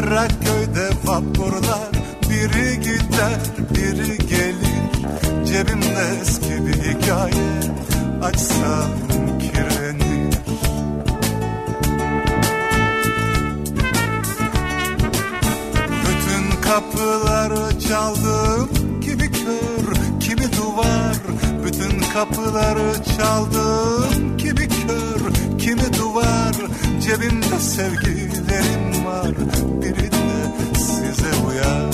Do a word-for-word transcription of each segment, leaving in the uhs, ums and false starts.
Karaköy'de vapurlar, biri gider biri gelir. Cebimde eski bir hikaye, açsam kirlenir. Bütün kapıları çaldım, kimi kör kimi duvar. Bütün kapıları çaldım, kimi kör kimi duvar. Cebimde sevgilerim var, biri de size uyar.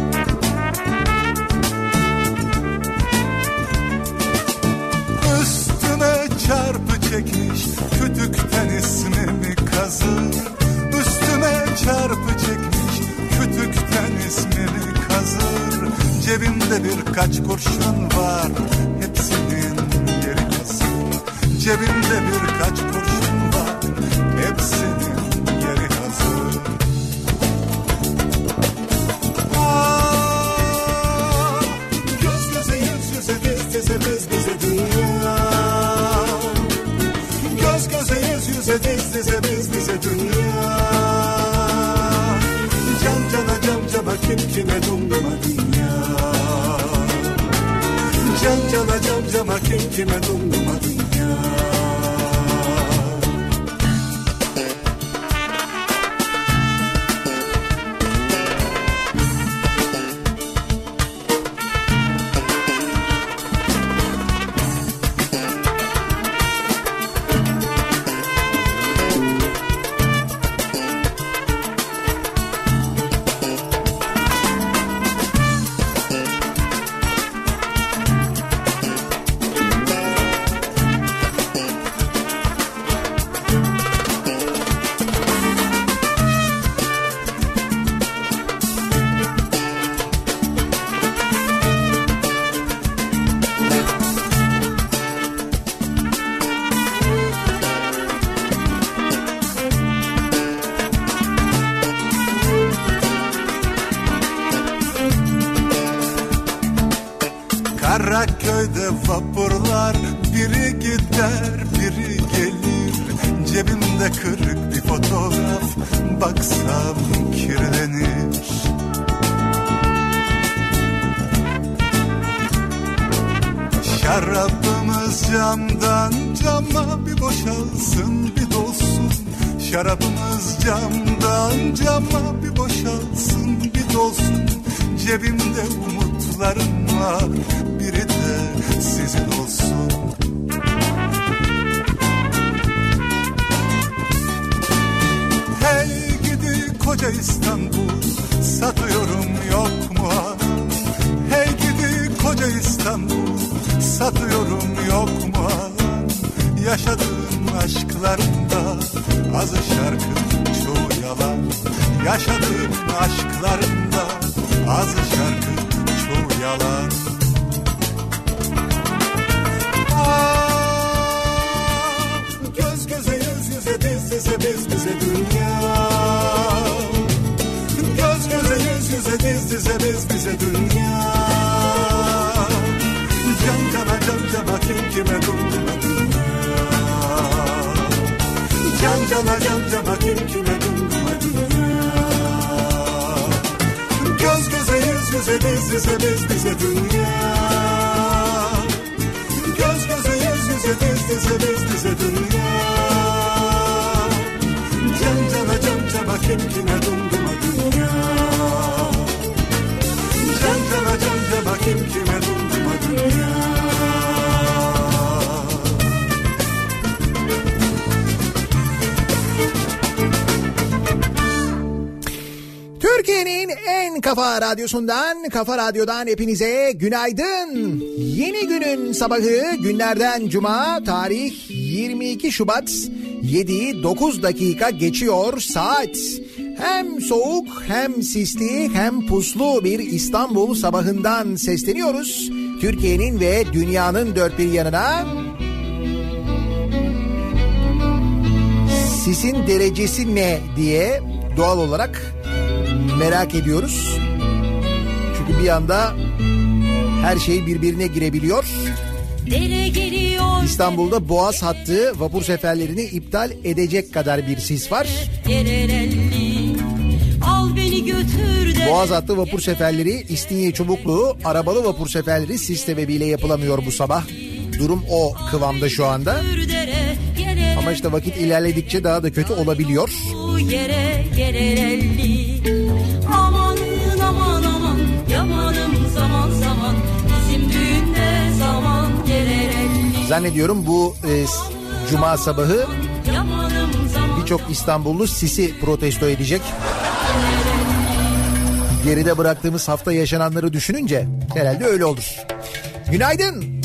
Üstüme çarpı çekmiş, kütükten ismimi kazır. Üstüme çarpı çekmiş, kütükten ismimi kazır. Cebimde birkaç kurşun var, hepsinin yeri hazır. Cebimde birkaç kurşun var, hepsinin yeri hazır. Aa, göz göze yüz yüze diz dize biz bize dünya. Göz göze yüz yüze diz dize biz bize dünya. Can cana cam cama kim kime dumduma dünya. Can cana cam cama kim kime dumduma dünya. Karaköy'de vapurlar, biri gider biri gelir. Cebimde kırık bir fotoğraf, baksam kirlenir. Şarabımız camdan cama, bir boşalsın bir dolsun. Şarabımız camdan cama, bir boşalsın bir dolsun. Cebimde umutlarım var, biri de sizin olsun. Hey gidi koca İstanbul, satıyorum yok mu anam? Hey gidi koca İstanbul, satıyorum yok mu anam? Yaşadığım aşklarımda azı şarkı çoğu yalan. Yaşadığım aşklarımda azı şarkı çoğu yalan. Göz göze yüz yüze diz dize biz bize dünya. Göz göze yüz yüze diz dize biz bize dünya. Can cana can cana kim kime dumduma dünya. Can cana can cana kim kime dumduma dünya. Göz göze yüz yüze diz dize biz bize dünya. Göz göze yüz yüze diz dize biz bize dünya. Can cana can cana kim kime dumduma dünya. Can cana can cana kim kime dumduma dünya. Türkiye'nin en kafa radyosundan, Kafa Radyo'dan hepinize günaydın. Yeni günün sabahı, günlerden cuma, tarih yirmi iki Şubat, yedi dokuz dakika geçiyor saat. Hem soğuk hem sisli hem puslu bir İstanbul sabahından sesleniyoruz. Türkiye'nin ve dünyanın dört bir yanına. Sisin derecesi ne diye doğal olarak merak ediyoruz. Çünkü bir anda her şey birbirine girebiliyor. İstanbul'da Boğaz hattı vapur seferlerini iptal edecek kadar bir sis var. Boğaz hattı vapur seferleri, İstinye Çubuklu, arabalı vapur seferleri sis sebebiyle yapılamıyor bu sabah. Durum o kıvamda şu anda. Ama işte vakit ilerledikçe daha da kötü olabiliyor. Yere gelelelli. Aman aman aman yamanım zaman zaman bizim düğünde zaman gelelelli. Zannediyorum bu e, cuma sabahı birçok İstanbullu sisi protesto edecek. Geride bıraktığımız hafta yaşananları düşününce herhalde öyle olur. Günaydın.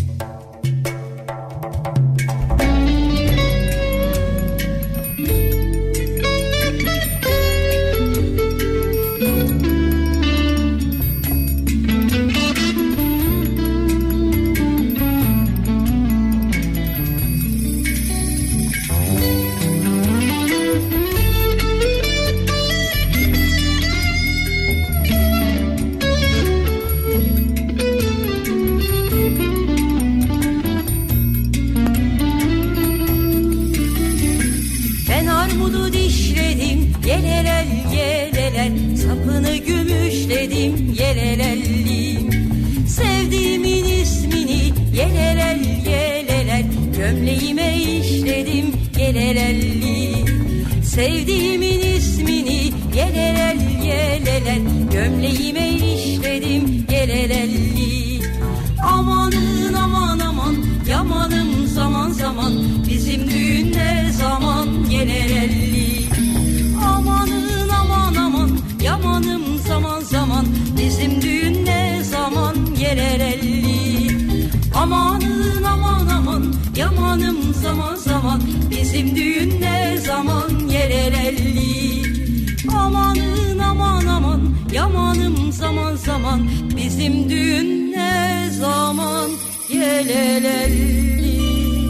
Sevdiğimin ismini yelelel yelelel gömleğime işledim yelelelli. Sevdiğimin ismini yelelel yelelel gömleğime işledim yelelelli. Amanın aman aman yamanım zaman zaman bizim düğün ne zaman yelelelli. Amanın aman aman yamanım zaman zaman bizim düğün ne zaman yelelelli. Amanın aman aman yamanım zaman zaman bizim düğün ne zaman yelelelli. Amanın aman aman yamanım zaman zaman bizim düğün ne zaman yelelelli.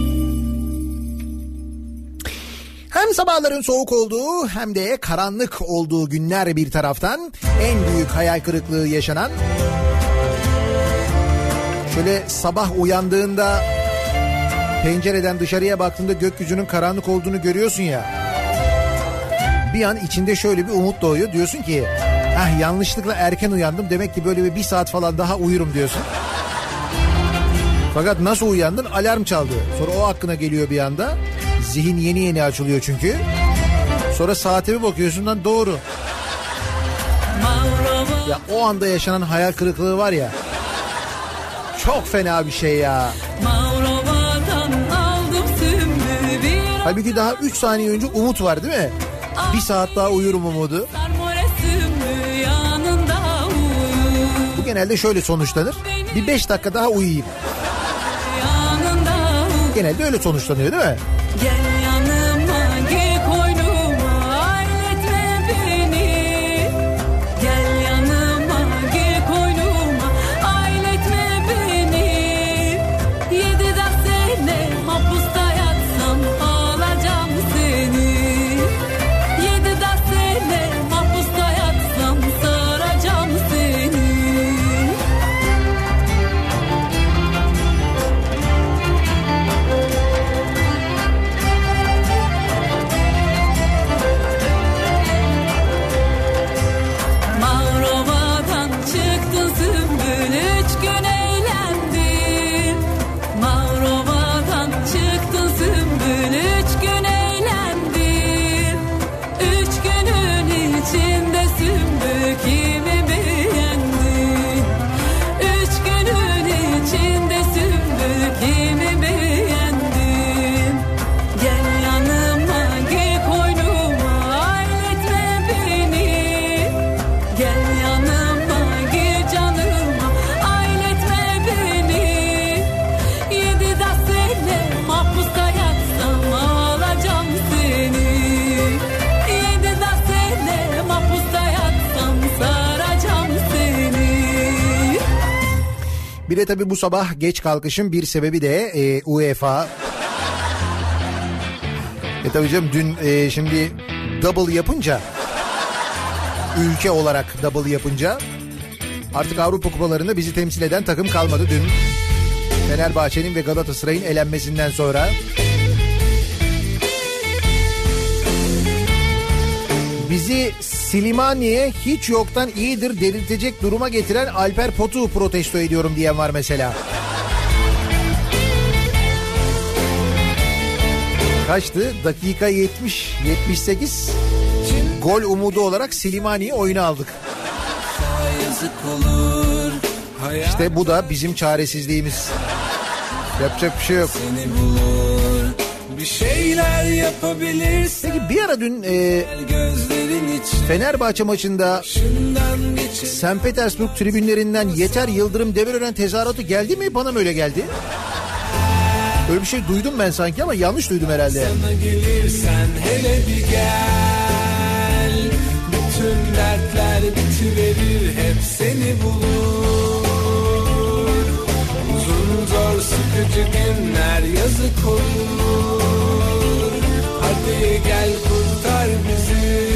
Hem sabahların soğuk olduğu hem de karanlık olduğu günler bir taraftan, en büyük hayal kırıklığı yaşanan, şöyle sabah uyandığında pencereden dışarıya baktığında gökyüzünün karanlık olduğunu görüyorsun ya, bir an içinde şöyle bir umut doğuyor, diyorsun ki ah yanlışlıkla erken uyandım, demek ki böyle bir, bir saat falan daha uyurum diyorsun. Fakat nasıl uyandın? Alarm çaldı. Sonra o aklına geliyor bir anda. Zihin yeni yeni açılıyor çünkü. Sonra saate bir bakıyorsun lan, doğru. Ya o anda yaşanan hayal kırıklığı var ya, çok fena bir şey ya. Halbuki daha üç saniye önce umut var değil mi? Bir saat daha uyurum umudu. Bu genelde şöyle sonuçlanır. Bir beş dakika daha uyuyayım. Genelde öyle sonuçlanıyor değil mi? Gel yanıma, gel koynuma, ailetme beni. Gel yanıma, gel koynuma, ailetme beni. Yedi de sene mahpusta yatsam alacağım seni. Yedi de sene mahpusta yatsam saracağım seni. Bir de tabii bu sabah geç kalkışın bir sebebi de e, UEFA. E tabii canım dün e, şimdi double yapınca, ülke olarak double yapınca artık Avrupa kupalarında bizi temsil eden takım kalmadı dün. Fenerbahçe'nin ve Galatasaray'ın elenmesinden sonra. Bizi Silimani'ye hiç yoktan iyidir delirtecek duruma getiren Alper Potuk'u protesto ediyorum diyen var mesela. Kaçtı? Dakika yetmiş yetmiş sekiz. Gol umudu olarak Silimani'yi oyuna aldık. İşte bu da bizim çaresizliğimiz. Yapacak bir şey yok. Bir şeyler yapabilirsin. Peki bir ara dün e, Fenerbahçe maçında Sankt Petersburg tribünlerinden Yeter Yıldırım Demirören tezahüratı geldi mi? Bana mı öyle geldi? Öyle bir şey duydum ben sanki ama yanlış duydum herhalde. Sana gelirsen hele bir gel. Bütün dertler bitiverir, hep seni bulur. Uzun zor sıkıcı günler yazık olur. Hadi gel kurtar bizi.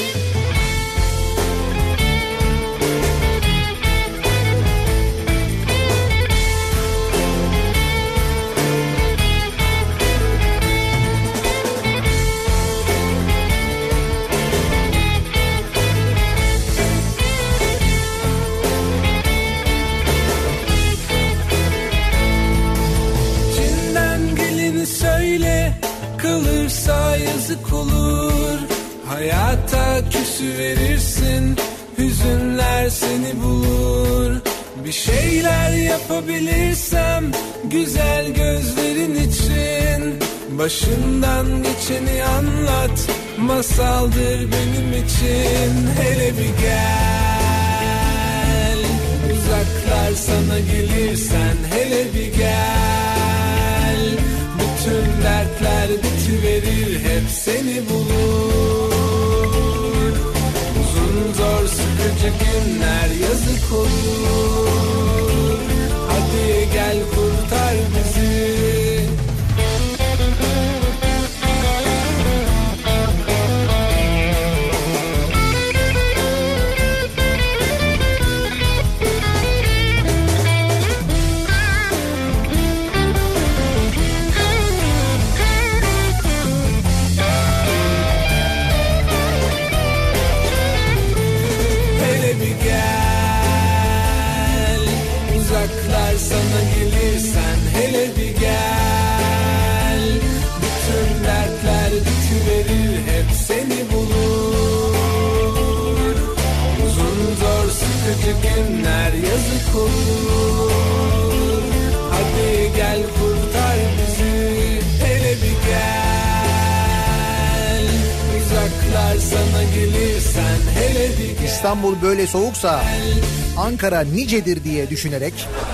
Söyle, kalırsa yazık olur. Hayata küsü verirsin, hüzünler seni bulur. Bir şeyler yapabilirsem güzel gözlerin için. Başından geçeni anlat, masaldır benim için. Hele bir gel, uzaklar sana gelirsen hele bir gel. Bütün dertler bitiverir, hep seni bulur. Uzun zor sıkıcı günler yazık olur. Hadi gel kurtar bizi. Sana gelirsen hele bir gel. Bütün dertler bitiverir, hep seni bulur. Uzun zor sıkıcı günler yazık olur. Hadi gel kurtar bizi, hele bir gel. Uzaklar sana gelirsen hele bir gel. İstanbul böyle soğuksa Ankara nicedir diye düşünerek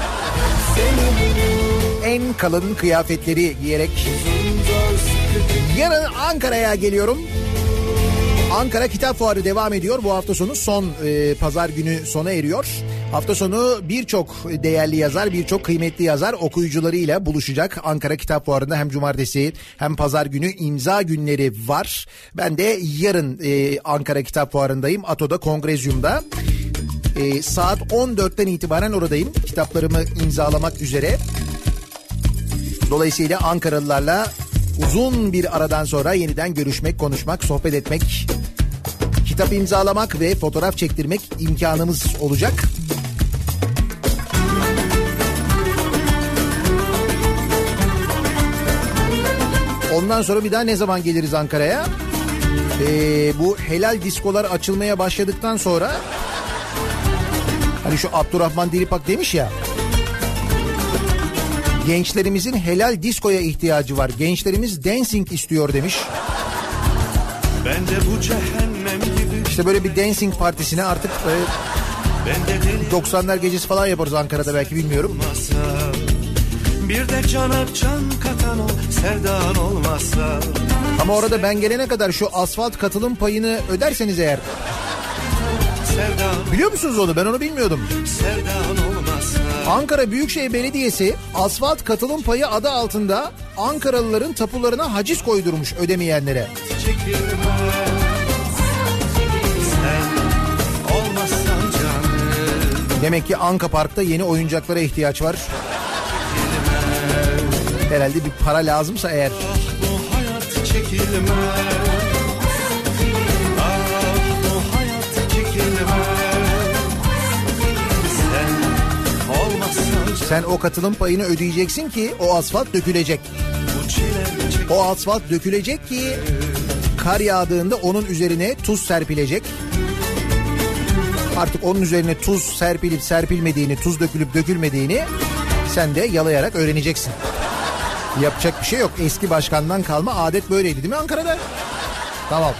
en kalın kıyafetleri giyerek yarın Ankara'ya geliyorum. Ankara Kitap Fuarı devam ediyor. Bu hafta sonu son e, pazar günü sona eriyor. Hafta sonu birçok değerli yazar, birçok kıymetli yazar okuyucularıyla buluşacak. Ankara Kitap Fuarı'nda hem cumartesi hem pazar günü imza günleri var. Ben de yarın e, Ankara Kitap Fuarı'ndayım. Ato'da, Kongrezyum'da. E, saat on dörtten itibaren oradayım. Kitaplarımı imzalamak üzere. Dolayısıyla Ankaralılarla uzun bir aradan sonra yeniden görüşmek, konuşmak, sohbet etmek, kitap imzalamak ve fotoğraf çektirmek imkanımız olacak. Ondan sonra bir daha ne zaman geliriz Ankara'ya? Ee, bu helal diskolar açılmaya başladıktan sonra, hani şu Abdurrahman Dilipak demiş ya, gençlerimizin helal diskoya ihtiyacı var. Gençlerimiz dancing istiyor demiş. Ben de bu cehennem gibi. İşte böyle bir dancing partisine artık e, doksanlar gecesi falan yaparız Ankara'da belki, bilmiyorum. Bir de cana can katan o sevdan olmazsa. Ama orada ben gelene kadar şu asfalt katılım payını öderseniz eğer. Sevdan. Biliyor musunuz onu? Ben onu bilmiyordum. Sevdan olmazsa. Ankara Büyükşehir Belediyesi asfalt katılım payı adı altında Ankaralıların tapularına haciz koydurmuş ödemeyenlere. Çekilme. Sen olmazsan canım. Demek ki Anka Park'ta yeni oyuncaklara ihtiyaç var. Çekilme. Herhalde bir para lazımsa eğer. Bu hayat çekilme. Ah. Sen o katılım payını ödeyeceksin ki o asfalt dökülecek. O asfalt dökülecek ki kar yağdığında onun üzerine tuz serpilecek. Artık onun üzerine tuz serpilip serpilmediğini, tuz dökülüp dökülmediğini sen de yalayarak öğreneceksin. Yapacak bir şey yok. Eski başkandan kalma adet böyleydi değil mi Ankara'da? Tamam.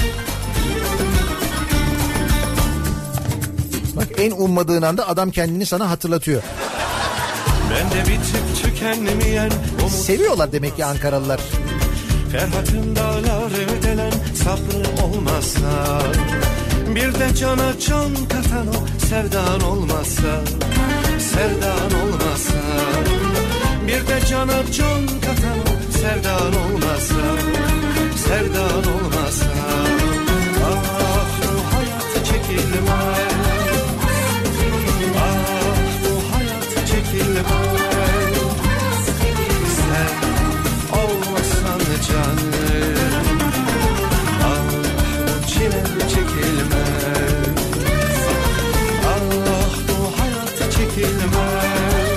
Bak en ummadığın anda adam kendini sana hatırlatıyor. Ben de bir tık tükenmeyen umut... Seviyorlar demek ki Ankaralılar. Ferhat'ın dağları delen sabrı olmazsa, bir de cana can katan o sevdan olmazsa, sevdan olmazsa, bir de cana can katan o sevdan olmazsa, sevdan olmazsa, ah bu hayat çekilmez, ah bu hayat çekilmez, sen olmasan canım, ah bu çile çekilmez, ah bu hayat çekilmez,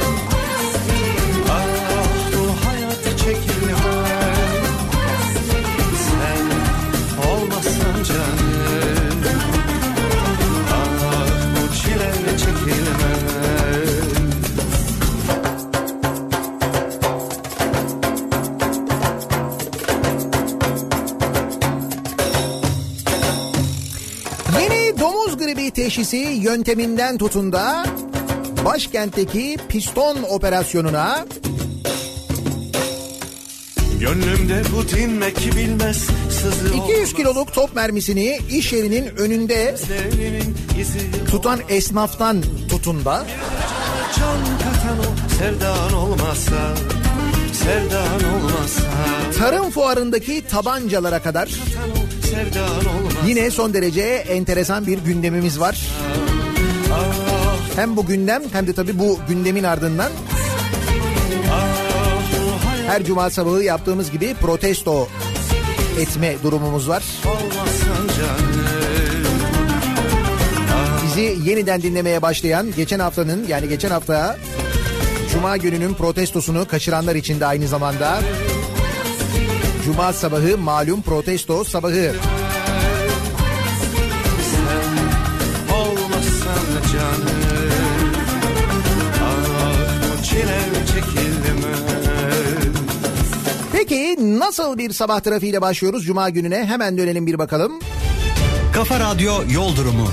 ah bu hayat çekilmez, sen olmasan canım, ah bu çile çekilmez. Yeni domuz gribi teşhisi yönteminden tutun da başkentteki piston operasyonuna, Gönlümde bu dinmek bilmez sızı iki yüz kiloluk top mermisini iş yerinin önünde tutan esnaftan tutun da can katan o sevdan olmazsa, sevdan olmazsa, tarım fuarındaki tabancalara kadar sevdan olmazsa, yine son derece enteresan bir gündemimiz var. Hem bu gündem hem de tabii bu gündemin ardından her cuma sabahı yaptığımız gibi protesto etme durumumuz var. Bizi yeniden dinlemeye başlayan geçen haftanın yani geçen hafta cuma gününün protestosunu kaçıranlar için de aynı zamanda cuma sabahı malum protesto sabahı. Peki nasıl bir sabah trafiğiyle başlıyoruz cuma gününe? Hemen dönelim bir bakalım. Kafa Radyo Yol Durumu.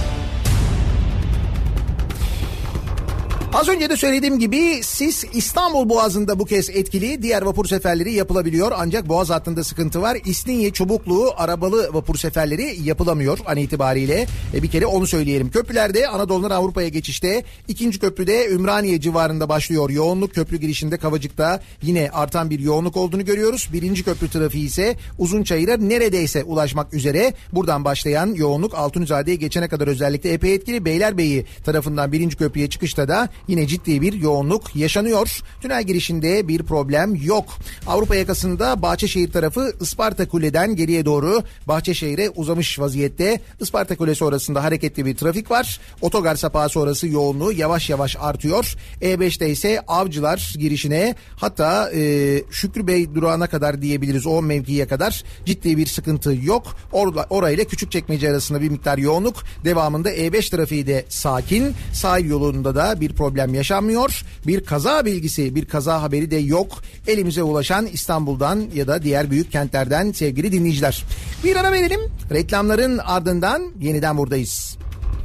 Az önce de söylediğim gibi Sis İstanbul Boğazı'nda bu kez etkili. Diğer vapur seferleri yapılabiliyor ancak Boğaz hattında sıkıntı var. İstinye, Çubuklu, arabalı vapur seferleri yapılamıyor an itibariyle. E bir kere onu söyleyelim. Köprülerde Anadolu'dan Avrupa'ya geçişte ikinci köprüde Ümraniye civarında başlıyor yoğunluk. Köprü girişinde Kavacık'ta yine artan bir yoğunluk olduğunu görüyoruz. Birinci köprü trafiği ise Uzunçayır'a neredeyse ulaşmak üzere. Buradan başlayan yoğunluk Altunizade'ye geçene kadar özellikle epey etkili. Beylerbeyi tarafından birinci köprüye çıkışta da yine ciddi bir yoğunluk yaşanıyor. Tünel girişinde bir problem yok. Avrupa yakasında Bahçeşehir tarafı Isparta Kule'den geriye doğru Bahçeşehir'e uzamış vaziyette. Isparta Kule sonrasında hareketli bir trafik var. Otogar sapağı sonrası yoğunluğu yavaş yavaş artıyor. E beşte ise Avcılar girişine hatta e, Şükrü Bey durağına kadar diyebiliriz o mevkiye kadar ciddi bir sıkıntı yok. Or- orayla Küçükçekmece arasında bir miktar yoğunluk. Devamında E beş trafiği de sakin. Sahil yolunda da bir problem yaşanmıyor. Bir kaza bilgisi, bir kaza haberi de yok. Elimize ulaşan İstanbul'dan ya da diğer büyük kentlerden sevgili dinleyiciler. Bir ara verelim. Reklamların ardından yeniden buradayız.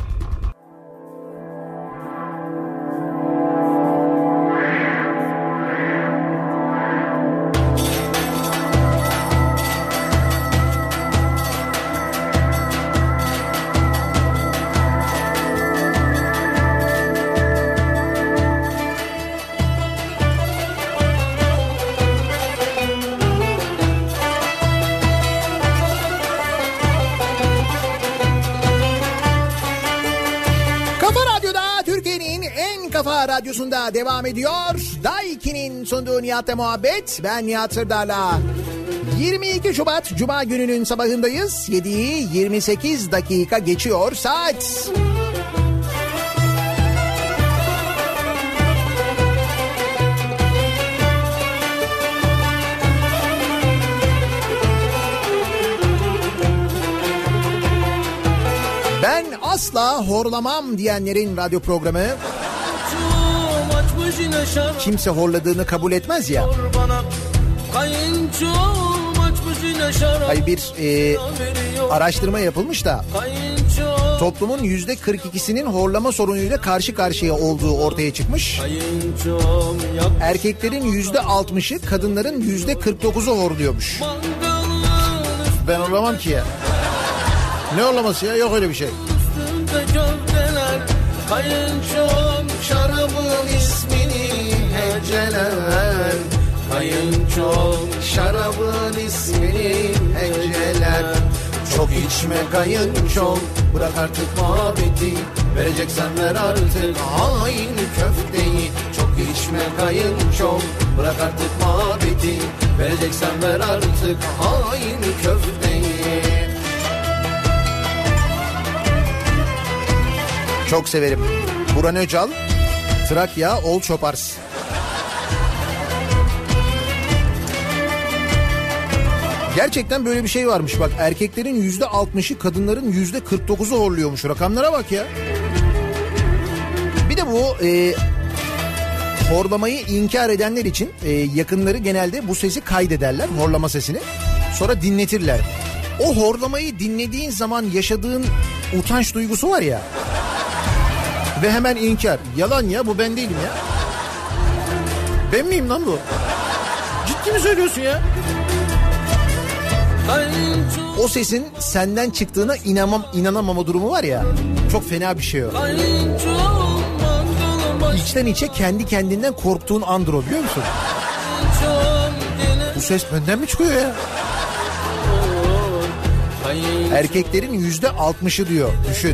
Radyosunda devam ediyor. Daiki'nin sunduğu Nihat'la muhabbet. Ben Nihat Sırdar'la. yirmi iki Şubat Cuma gününün sabahındayız. yediyi yirmi sekiz dakika geçiyor saat. Asla horlamam diyenlerin radyo programı. Kimse horladığını kabul etmez ya. Hayır, bir e, araştırma yapılmış da toplumun yüzde kırk ikisinin horlama sorunuyla karşı karşıya olduğu ortaya çıkmış. Erkeklerin yüzde altmışı, kadınların yüzde kırk dokuzu horluyormuş. Ben horlamam ki ya. Ne horlaması ya? Yok öyle bir şey. Kayınçom şarabın ismini heceler. Kayınçom şarabın ismini heceler. Çok içme kayınçom, bırak artık muhabbeti. Vereceksen ver artık hain köfteyi. Çok içme kayınçom, bırak artık muhabbeti. Vereceksen ver artık hain köfteyi. Çok severim. Burhan Öcal, Trakya Old Chopars. Gerçekten böyle bir şey varmış bak, erkeklerin yüzde altmışı, kadınların yüzde kırk dokuzu horluyormuş. Rakamlara bak ya. Bir de bu e, horlamayı inkar edenler için e, yakınları genelde bu sesi kaydederler, horlama sesini. Sonra dinletirler. O horlamayı dinlediğin zaman yaşadığın utanç duygusu var ya. Ve hemen inkar. Yalan ya, bu ben değilim ya. Ben miyim lan bu? Ciddi mi söylüyorsun ya? O sesin senden çıktığına inanmam, inanamama durumu var ya. Çok fena bir şey o. İçten içe kendi kendinden korktuğun andır o, biliyor musun? Bu ses benden mi çıkıyor ya? Erkeklerin yüzde altmışı diyor. Düşün.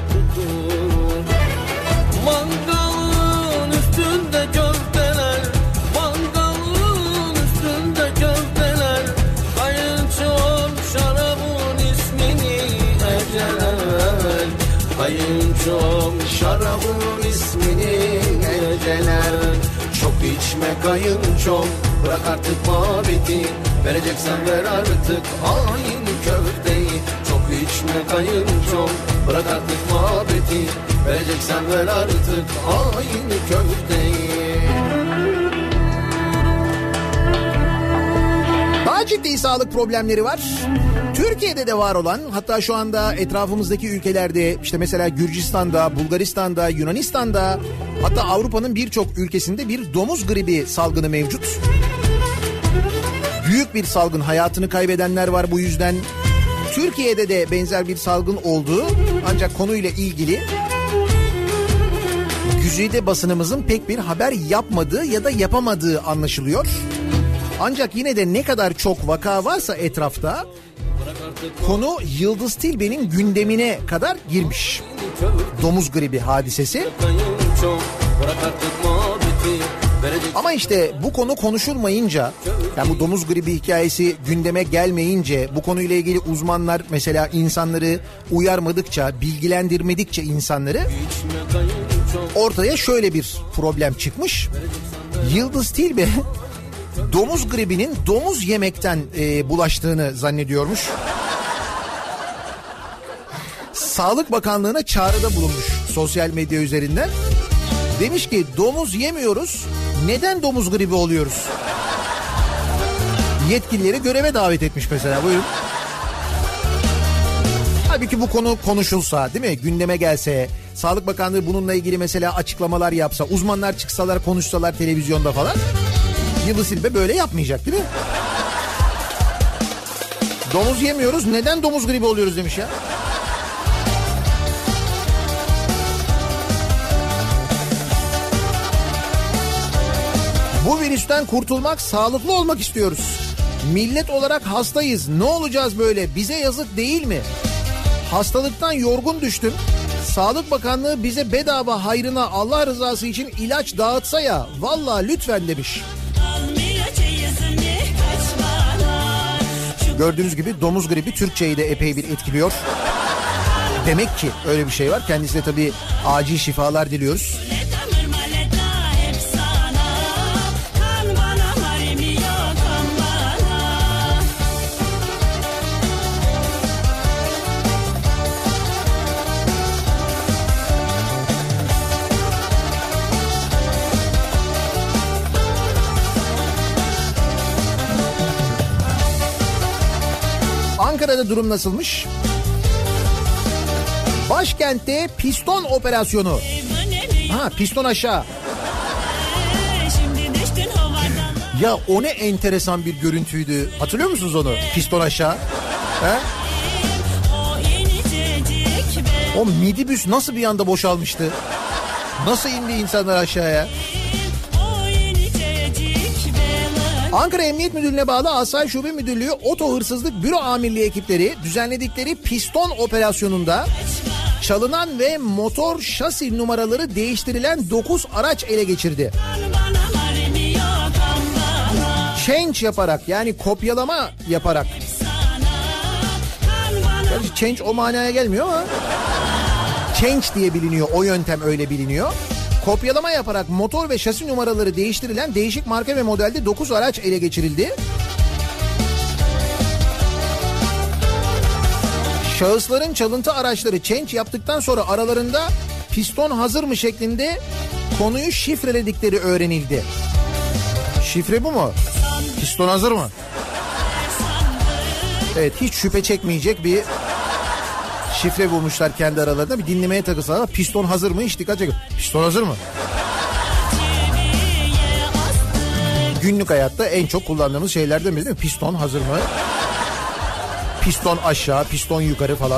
Mangalın üstünde köfteler, mangalın üstünde köfteler. Kayınçom şarabın ismini heceler. Kayınçom şarabın ismini heceler. Çok içme kayınçom, bırak artık muhabbeti. Vereceksen ver artık hain köfteyi. Çok içme kayınçom, bırak artık muhabbeti. Vereceksen ver artık hain köfteyi. Daha ciddi sağlık problemleri var. Türkiye'de de var olan, hatta şu anda etrafımızdaki ülkelerde, işte mesela Gürcistan'da, Bulgaristan'da, Yunanistan'da, hatta Avrupa'nın birçok ülkesinde bir domuz gribi salgını mevcut. Büyük bir salgın, hayatını kaybedenler var bu yüzden. Türkiye'de de benzer bir salgın olduğu, ancak konuyla ilgili güzide basınımızın pek bir haber yapmadığı ya da yapamadığı anlaşılıyor. Ancak yine de ne kadar çok vaka varsa etrafta, konu Yıldız Tilbe'nin gündemine kadar girmiş. Domuz gribi hadisesi. Ama işte bu konu konuşulmayınca, yani bu domuz gribi hikayesi gündeme gelmeyince, bu konuyla ilgili uzmanlar mesela insanları uyarmadıkça, bilgilendirmedikçe insanları, ortaya şöyle bir problem çıkmış. Yıldız Tilbe domuz gribinin domuz yemekten e, bulaştığını zannediyormuş. Sağlık Bakanlığı'na çağrıda bulunmuş sosyal medya üzerinden. Demiş ki domuz yemiyoruz, neden domuz gribi oluyoruz? Yetkilileri göreve davet etmiş mesela, buyurun. Halbuki bu konu konuşulsa, değil mi? Gündeme gelse, Sağlık Bakanlığı bununla ilgili mesela açıklamalar yapsa, uzmanlar çıksalar, konuşsalar televizyonda falan, Yıldız Tilbe böyle yapmayacak, değil mi? Domuz yemiyoruz, neden domuz gribi oluyoruz demiş ya. Bu virüsten kurtulmak, sağlıklı olmak istiyoruz. Millet olarak hastayız. Ne olacağız böyle? Bize yazık değil mi? Hastalıktan yorgun düştüm. Sağlık Bakanlığı bize bedava hayrına Allah rızası için ilaç dağıtsa ya. Vallahi lütfen demiş. Gördüğünüz gibi domuz gribi Türkçeyi de epey bir etkiliyor. Demek ki öyle bir şey var. Kendisine tabii acil şifalar diliyoruz. Ankara'da durum nasılmış? Başkentte piston operasyonu. Ha, piston aşağı. Ya o ne enteresan bir görüntüydü. Hatırlıyor musunuz onu? Piston aşağı. He? O midibüs nasıl bir anda boşalmıştı? Nasıl indi insanlar aşağıya? Ankara Emniyet Müdürlüğü'ne bağlı Asayiş Şube Müdürlüğü Oto Hırsızlık Büro Amirliği ekipleri düzenledikleri piston operasyonunda çalınan ve motor şasi numaraları değiştirilen dokuz araç ele geçirdi. Change yaparak, yani kopyalama yaparak. Gerçi change o manaya gelmiyor ama change diye biliniyor, o yöntem öyle biliniyor. Kopyalama yaparak motor ve şasi numaraları değiştirilen değişik marka ve modelde dokuz araç ele geçirildi. Şahısların çalıntı araçları change yaptıktan sonra aralarında piston hazır mı şeklinde konuyu şifreledikleri öğrenildi. Şifre bu mu? Piston hazır mı? Evet, hiç şüphe çekmeyecek bir şifre bulmuşlar kendi aralarında. Bir dinlemeye takılsalar, piston hazır mı? Hiç dikkat çekin. Piston hazır mı? Günlük hayatta en çok kullandığımız şeylerden biri değil mi? Piston hazır mı? Piston aşağı, piston yukarı falan.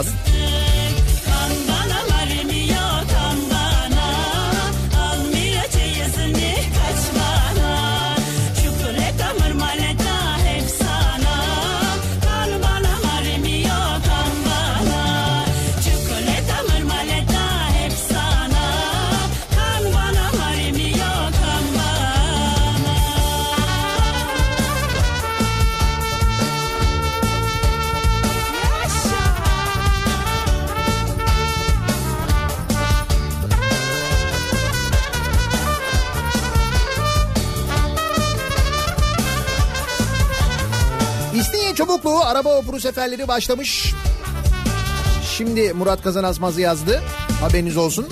Çubuklu araba vapuru seferleri başlamış. Şimdi Murat Kazanasmaz yazdı. Haberiniz olsun.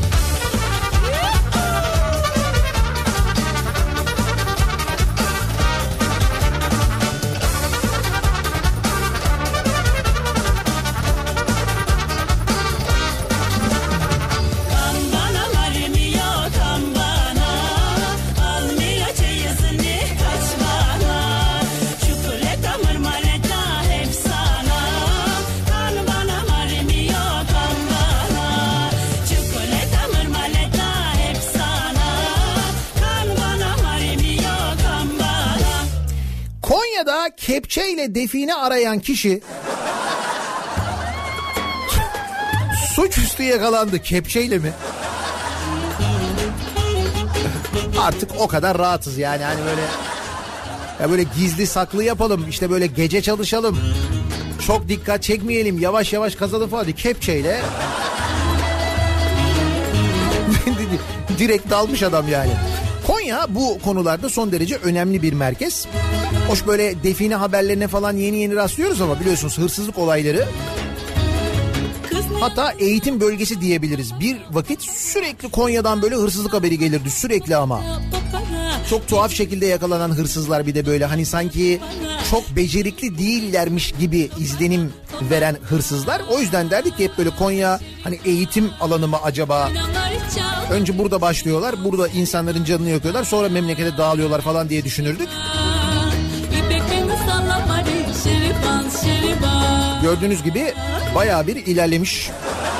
Kepçeyle define arayan kişi suçüstü yakalandı. Kepçeyle mi? Artık o kadar rahatız yani, hani böyle ya böyle gizli saklı yapalım, işte böyle gece çalışalım, çok dikkat çekmeyelim, yavaş yavaş kazalım falan diye kepçeyle direkt dalmış adam yani. Konya bu konularda son derece önemli bir merkez. Hoş böyle define haberlerine falan yeni yeni rastlıyoruz ama biliyorsunuz hırsızlık olayları, hatta eğitim bölgesi diyebiliriz. Bir vakit sürekli Konya'dan böyle hırsızlık haberi gelirdi, sürekli ama. Çok tuhaf şekilde yakalanan hırsızlar, bir de böyle hani sanki çok becerikli değillermiş gibi izlenim veren hırsızlar. O yüzden derdik ki hep böyle Konya hani eğitim alanı mı acaba? Önce burada başlıyorlar, burada insanların canını yakıyorlar, sonra memlekete dağılıyorlar falan diye düşünürdük. Gördüğünüz gibi bayağı bir ilerlemiş.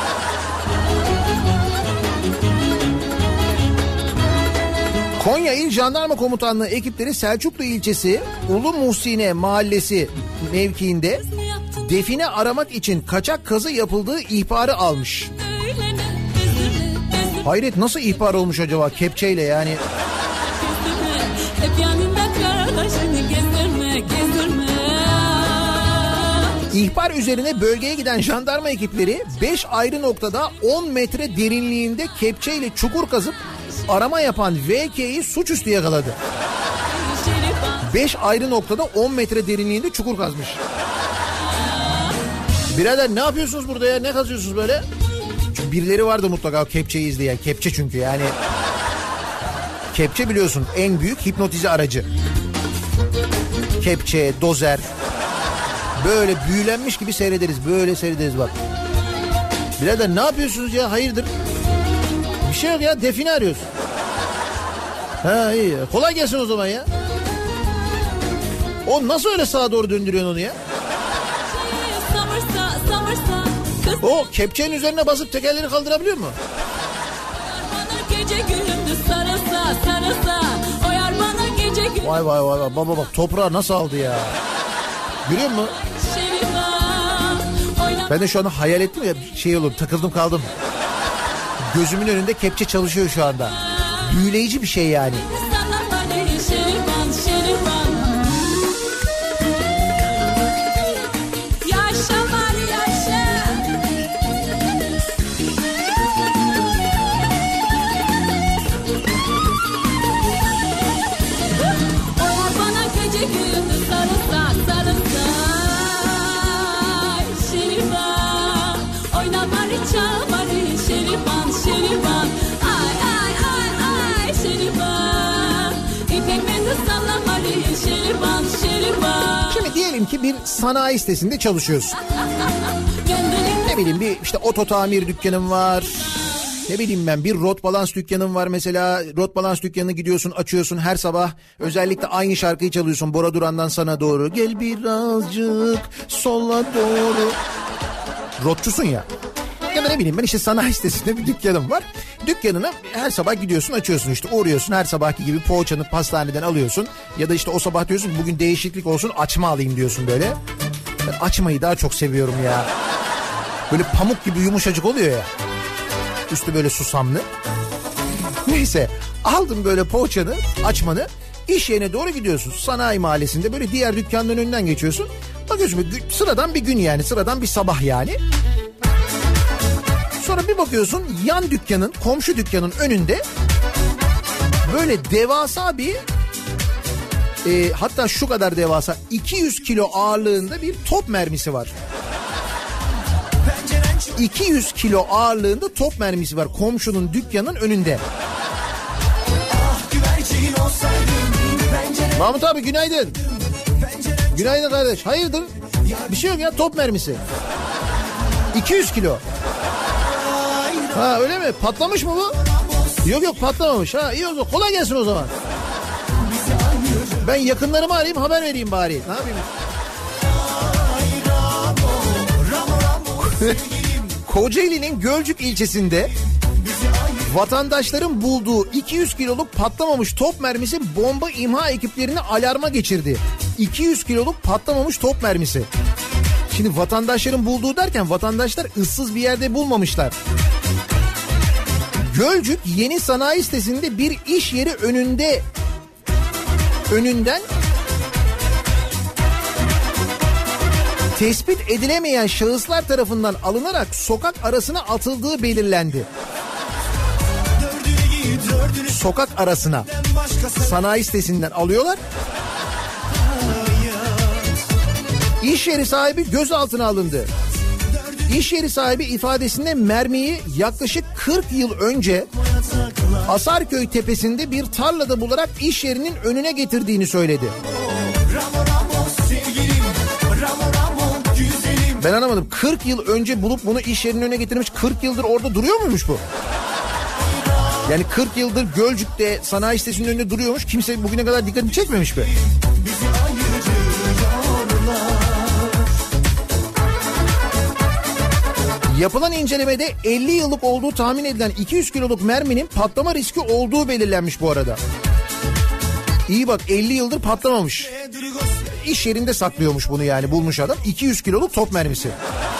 Konya İl Jandarma Komutanlığı ekipleri Selçuklu ilçesi Ulu Muhsine mahallesi mevkiinde define aramak için kaçak kazı yapıldığı ihbarı almış. Hayret, nasıl ihbar olmuş acaba kepçeyle yani? İhbar üzerine bölgeye giden jandarma ekipleri beş ayrı noktada on metre derinliğinde kepçeyle çukur kazıp arama yapan V K'yi suçüstü yakaladı. beş ayrı noktada on metre derinliğinde çukur kazmış. Birader ne yapıyorsunuz burada ya? Ne kazıyorsunuz böyle? Çünkü birileri vardı mutlaka kepçeyi izleyen. Kepçe çünkü yani. Kepçe biliyorsun en büyük hipnotize aracı. Kepçe, dozer. Böyle büyülenmiş gibi seyrederiz. Böyle seyrederiz bak. Birader ne yapıyorsunuz ya, hayırdır? Bir şey yok ya, define arıyoruz. Ha iyi, kolay gelsin o zaman ya. O nasıl öyle sağa doğru döndürüyorsun onu ya? O kepçenin üzerine basıp tekerleri kaldırabiliyor mu? Vay vay vay vay, baba bak toprağı nasıl aldı ya. Görüyor musun? Ben de şu anda hayal ettim ya, şey olur, takıldım kaldım. Gözümün önünde kepçe çalışıyor şu anda. Büyüleyici bir şey yani. Şimdi diyelim ki bir sanayi sitesinde çalışıyorsun. Ne bileyim bir işte oto tamir dükkanın var. Ne bileyim ben bir rot balans dükkanın var mesela. Rot balans dükkanına gidiyorsun, açıyorsun her sabah. Özellikle aynı şarkıyı çalıyorsun Bora Duran'dan Sana Doğru. Gel birazcık sola doğru. Rotçusun ya. Ya da ne bileyim ben işte sanayi sitesinde bir dükkanım var. Dükkanına her sabah gidiyorsun, açıyorsun işte, uğruyorsun her sabahki gibi poğaçanı pastaneden alıyorsun. Ya da işte o sabah diyorsun bugün değişiklik olsun, açma alayım diyorsun böyle. Ben açmayı daha çok seviyorum ya. Böyle pamuk gibi yumuşacık oluyor ya. Üstü böyle susamlı. Neyse aldım böyle poğaçanı, açmanı. İş yerine doğru gidiyorsun. Sanayi mahallesinde böyle diğer dükkanların önünden geçiyorsun. Bakıyorsun sıradan bir gün yani, sıradan bir sabah yani. Sonra bir bakıyorsun yan dükkanın, komşu dükkanın önünde böyle devasa bir e, hatta şu kadar devasa iki yüz kilo ağırlığında bir top mermisi var. iki yüz kilo ağırlığında top mermisi var komşunun dükkanın önünde. Mahmut abi günaydın. Günaydın kardeş. Hayırdır? Bir şey yok ya, top mermisi. iki yüz kilo. Ha öyle mi? Patlamış mı bu? Yok yok patlamamış. Ha iyi o zaman. Kolay gelsin o zaman. Ben yakınlarımı arayayım, haber vereyim bari. Ne yapayım? Kocaeli'nin Gölcük ilçesinde vatandaşların bulduğu iki yüz kiloluk patlamamış top mermisi bomba imha ekiplerini alarma geçirdi. iki yüz kiloluk patlamamış top mermisi. Şimdi vatandaşların bulduğu derken vatandaşlar ıssız bir yerde bulmamışlar. Gölcük Yeni Sanayi Sitesi'nde bir iş yeri önünde önünden tespit edilemeyen şahıslar tarafından alınarak sokak arasına atıldığı belirlendi. Sokak arasına sanayi sitesinden alıyorlar. İş yeri sahibi gözaltına alındı. İş yeri sahibi ifadesinde mermiyi yaklaşık kırk yıl önce Asarköy tepesinde bir tarlada bularak iş yerinin önüne getirdiğini söyledi. Ben anlamadım. kırk yıl önce bulup bunu iş yerinin önüne getirmiş, kırk yıldır orada duruyor muymuş bu? Yani kırk yıldır Gölcük'te sanayi sitesinin önünde duruyormuş. Kimse bugüne kadar dikkatini çekmemiş mi? Yapılan incelemede elli yıllık olduğu tahmin edilen iki yüz kiloluk merminin patlama riski olduğu belirlenmiş bu arada. İyi bak, elli yıldır patlamamış. İş yerinde saklıyormuş bunu yani, bulmuş adam. iki yüz kiloluk top mermisi.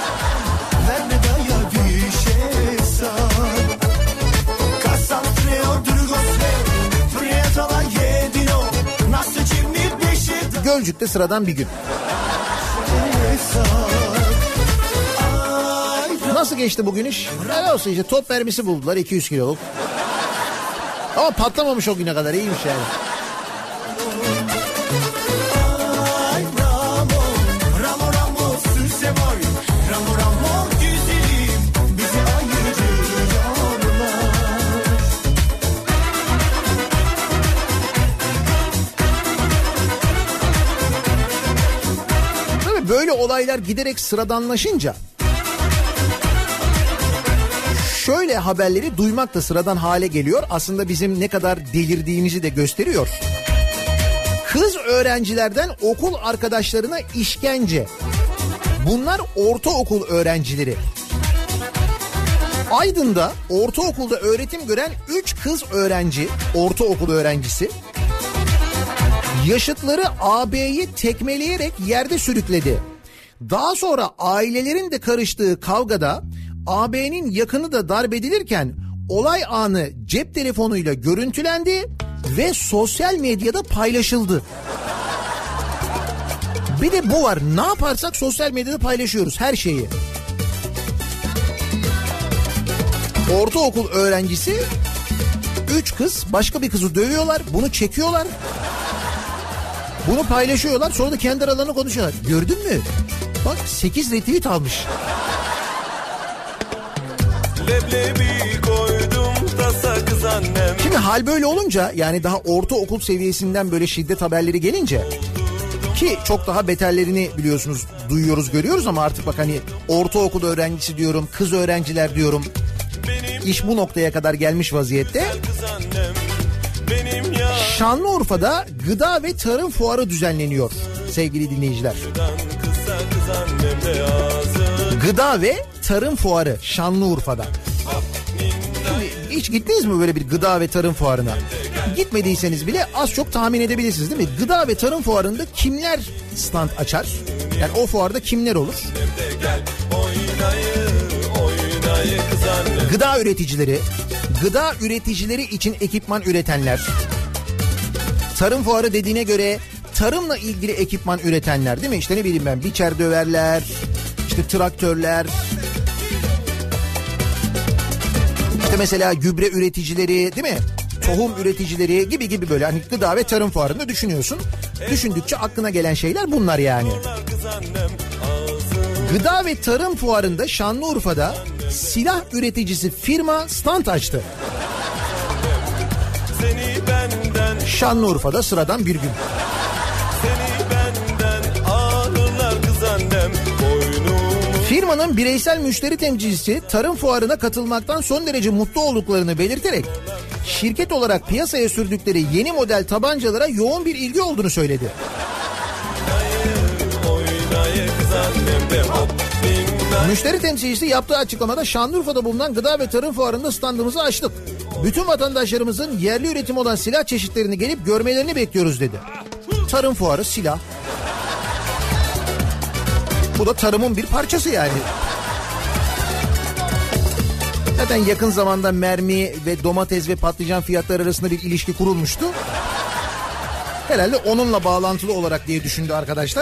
Gölcük'te sıradan bir gün. Nasıl geçti bugün iş? Ne olsun işte, top mermisi buldular iki yüz kiloluk. Ama patlamamış o güne kadar, iyiymiş yani. böyle olaylar giderek sıradanlaşınca şöyle haberleri duymak da sıradan hale geliyor. Aslında bizim ne kadar delirdiğimizi de gösteriyor. Kız öğrencilerden okul arkadaşlarına işkence. Bunlar ortaokul öğrencileri. Aydın'da ortaokulda öğretim gören üç kız öğrenci, ortaokul öğrencisi, yaşıtları ağabeyi tekmeleyerek yerde sürükledi. Daha sonra ailelerin de karıştığı kavgada ağabeyinin yakını da darp edilirken olay anı cep telefonuyla görüntülendi ve sosyal medyada paylaşıldı. Bir de bu var, ne yaparsak sosyal medyada paylaşıyoruz her şeyi. Ortaokul öğrencisi, üç kız başka bir kızı dövüyorlar, bunu çekiyorlar. Bunu paylaşıyorlar, sonra da kendi aralarına konuşuyorlar. Gördün mü? Bak sekiz retweet almış. Leblebi koydum tasa kız annem. Şimdi hal böyle olunca, yani daha ortaokul seviyesinden böyle şiddet haberleri gelince, ki çok daha beterlerini biliyorsunuz duyuyoruz, görüyoruz ama artık bak hani ortaokul öğrencisi diyorum, kız öğrenciler diyorum. İş bu noktaya kadar gelmiş vaziyette. Şanlıurfa'da gıda ve tarım fuarı düzenleniyor sevgili dinleyiciler. Gıda ve tarım fuarı Şanlıurfa'da. Şimdi hiç gittiniz mi böyle bir gıda ve tarım fuarına? Gitmediyseniz bile az çok tahmin edebilirsiniz değil mi? Gıda ve tarım fuarında kimler stand açar? Yani o fuarda kimler olur? Gıda üreticileri, gıda üreticileri için ekipman üretenler, tarım fuarı dediğine göre tarımla ilgili ekipman üretenler değil mi? İşte ne bileyim ben, biçer döverler, işte traktörler, işte mesela gübre üreticileri değil mi? Tohum üreticileri gibi gibi böyle hani gıda ve tarım fuarında düşünüyorsun. Düşündükçe aklına gelen şeyler bunlar yani. Gıda ve tarım fuarında Şanlıurfa'da silah üreticisi firma stand açtı. Şanlıurfa'da sıradan bir gün. Firmanın bireysel müşteri temsilcisi tarım fuarına katılmaktan son derece mutlu olduklarını belirterek şirket olarak piyasaya sürdükleri yeni model tabancalara yoğun bir ilgi olduğunu söyledi. Müşteri temsilcisi yaptığı açıklamada Şanlıurfa'da bulunan gıda ve tarım fuarında standımızı açtık. Bütün vatandaşlarımızın yerli üretim olan silah çeşitlerini gelip görmelerini bekliyoruz dedi. Tarım fuarı, silah. Bu da tarımın bir parçası yani. Zaten yakın zamanda mermi ve domates ve patlıcan fiyatları arasında bir ilişki kurulmuştu. Herhalde onunla bağlantılı olarak diye düşündü arkadaşlar.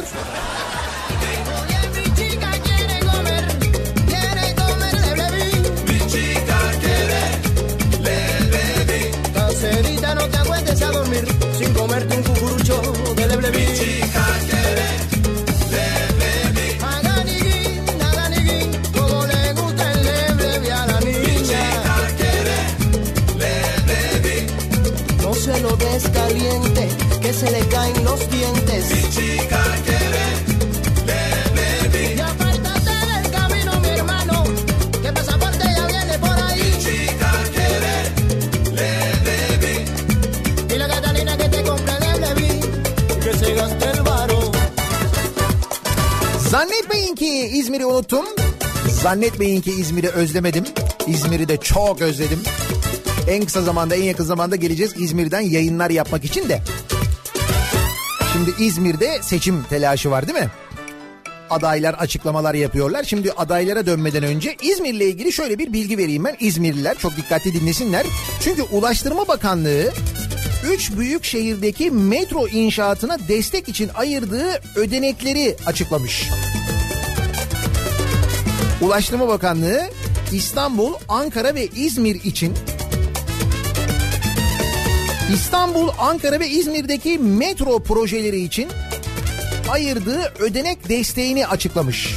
Caliente, que se le caen los dientes. Mi chica quiere leche. Y apártate del camino, mi hermano, que el pasaporte ya viene por ahí. Mi chica quiere leche. Y la Catalina que te compre leche, que se gaste el varo. Zannetmeyin ki İzmir'i unuttum. Zannetmeyin ki İzmir'i özlemedim. İzmir'i de çok özledim. En kısa zamanda, en yakın zamanda geleceğiz İzmir'den yayınlar yapmak için de. Şimdi İzmir'de seçim telaşı var değil mi? Adaylar açıklamalar yapıyorlar. Şimdi adaylara dönmeden önce İzmir'le ilgili şöyle bir bilgi vereyim ben. İzmirliler çok dikkatli dinlesinler. Çünkü Ulaştırma Bakanlığı üç büyük şehirdeki metro inşaatına destek için ayırdığı ödenekleri açıklamış. Ulaştırma Bakanlığı İstanbul, Ankara ve İzmir için İstanbul, Ankara ve İzmir'deki metro projeleri için ayırdığı ödenek desteğini açıklamış.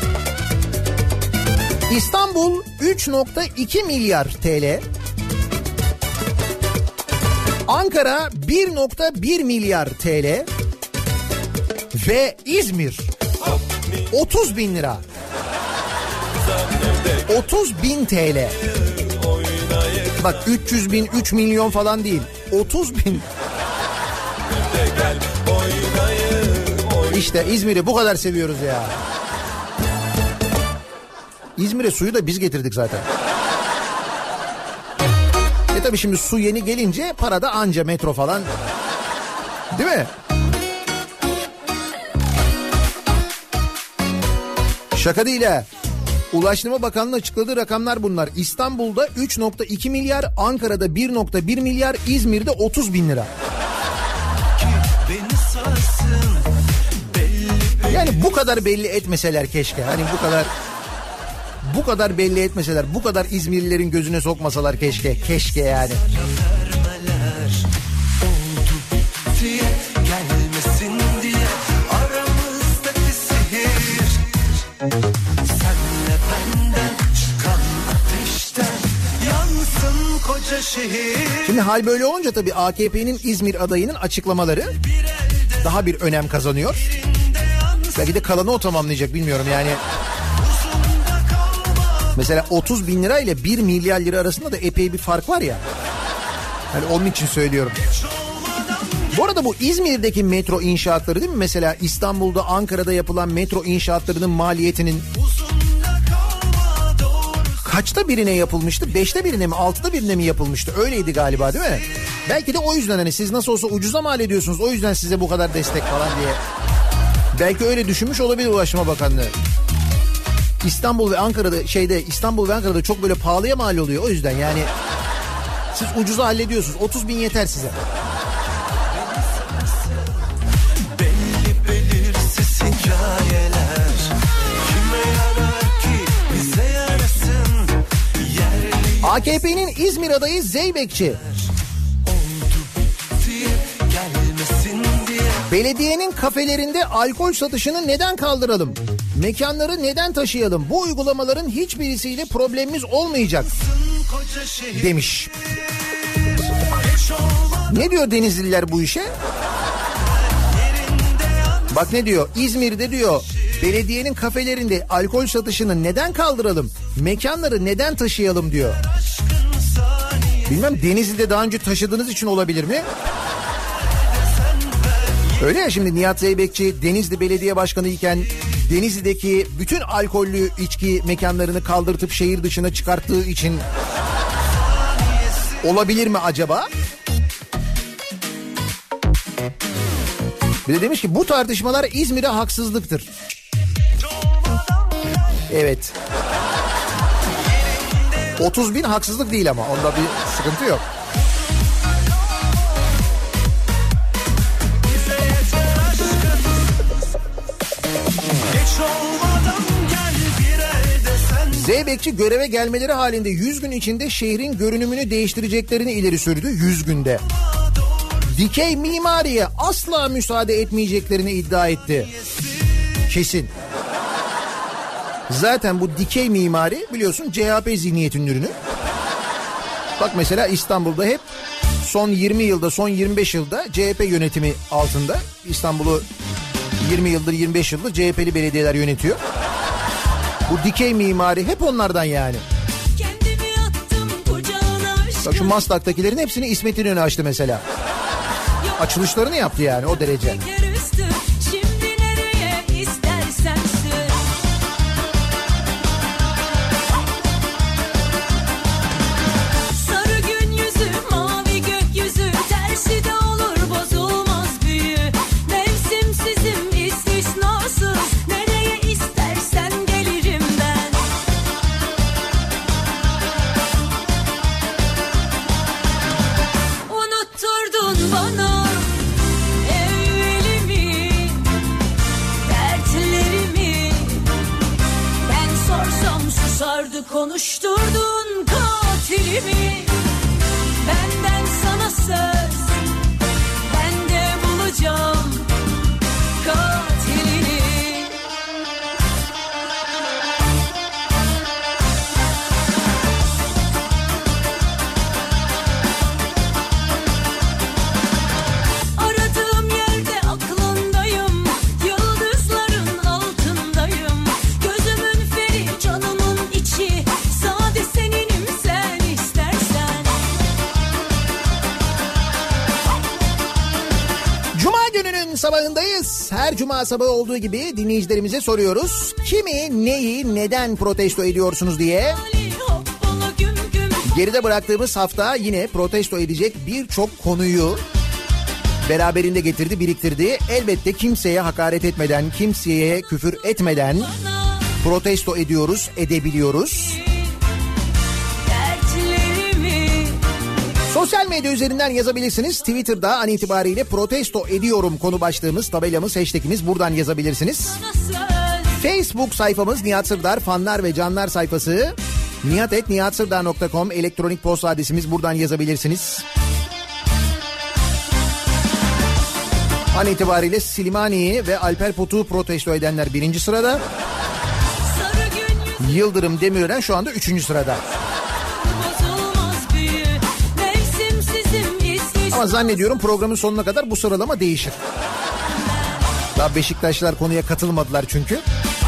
İstanbul üç virgül iki milyar T L, Ankara bir virgül bir milyar T L ve İzmir otuz bin lira. otuz bin T L. Bak üç yüz bin, üç milyon falan değil. otuz bin. İşte İzmir'i bu kadar seviyoruz ya. İzmir'e suyu da biz getirdik zaten. E tabii şimdi su yeni gelince para da anca metro falan. Değil mi? Şaka değil ha. Ulaştırma Bakanlığı açıkladığı rakamlar bunlar. İstanbul'da üç nokta iki milyar, Ankara'da bir nokta bir milyar, İzmir'de otuz bin lira. Yani bu kadar belli etmeseler keşke. Hani bu kadar bu kadar belli etmeseler, bu kadar İzmirlilerin gözüne sokmasalar keşke. Keşke yani. Şimdi hal böyle olunca tabii A K P'nin İzmir adayının açıklamaları daha bir önem kazanıyor. Belki de kalanı o tamamlayacak, bilmiyorum yani. Mesela otuz bin lira ile bir milyar lira arasında da epey bir fark var ya. Yani onun için söylüyorum. Bu arada bu İzmir'deki metro inşaatları değil mi? Mesela İstanbul'da, Ankara'da yapılan metro inşaatlarının maliyetinin kaçta birine yapılmıştı? Beşte birine mi, altıda birine mi yapılmıştı? Öyleydi galiba değil mi? Belki de o yüzden hani siz nasıl olsa ucuza mal ediyorsunuz, o yüzden size bu kadar destek falan diye. Belki öyle düşünmüş olabilir Ulaştırma Bakanlığı. İstanbul ve Ankara'da şeyde İstanbul ve Ankara'da çok böyle pahalıya mal oluyor, o yüzden yani siz ucuza hallediyorsunuz. otuz bin yeter size. A K P'nin İzmir adayı Zeybekçi. Belediyenin kafelerinde alkol satışını neden kaldıralım? Mekanları neden taşıyalım? Bu uygulamaların hiçbirisiyle problemimiz olmayacak demiş. Ne diyor Denizliler bu işe? Bak ne diyor? İzmir'de diyor belediyenin kafelerinde alkol satışını neden kaldıralım? Mekanları neden taşıyalım diyor. Bilmem, Denizli'de daha önce taşıdığınız için olabilir mi? Öyle ya, şimdi Nihat Zeybekçi Denizli Belediye Başkanı iken Denizli'deki bütün alkollü içki mekanlarını kaldırtıp şehir dışına çıkarttığı için olabilir mi acaba? Bir de demiş ki bu tartışmalar İzmir'e haksızlıktır. Evet. otuz bin haksızlık değil ama onda bir sıkıntı yok. Zeybekçi göreve gelmeleri halinde yüz gün içinde şehrin görünümünü değiştireceklerini ileri sürdü. yüz günde. Dikey mimariye asla müsaade etmeyeceklerini iddia etti. Kesin. Zaten bu dikey mimari biliyorsun C H P zihniyetinin ürünü. Bak mesela İstanbul'da hep son yirmi yılda, son yirmi beş yılda C H P yönetimi altında. İstanbul'u yirmi yıldır, yirmi beş yıldır C H P'li belediyeler yönetiyor. Bu dikey mimari hep onlardan yani. Bak şu Maslak'takilerin hepsini İsmet İnönü açtı mesela. Açılışlarını yaptı yani, o derece. Bana evvelim günün sabahındayız. Her cuma sabahı olduğu gibi dinleyicilerimize soruyoruz. Kimi, neyi, neden protesto ediyorsunuz diye. Geride bıraktığımız hafta yine protesto edecek birçok konuyu beraberinde getirdi, biriktirdi. Elbette kimseye hakaret etmeden, kimseye küfür etmeden protesto ediyoruz, edebiliyoruz. Sosyal medya üzerinden yazabilirsiniz. Twitter'da an itibariyle protesto ediyorum konu başlığımız, tabelamız, hashtagimiz, buradan yazabilirsiniz. Facebook sayfamız Nihat Sırdar fanlar ve canlar sayfası. nihat et nihat sırdar nokta com elektronik posta adresimiz, buradan yazabilirsiniz. An itibariyle Slimani'yi ve Alper Potuk'u protesto edenler birinci sırada. Yıldırım Demirören şu anda üçüncü sırada. Ama zannediyorum programın sonuna kadar bu sıralama değişir. Daha Beşiktaşlılar konuya katılmadılar çünkü.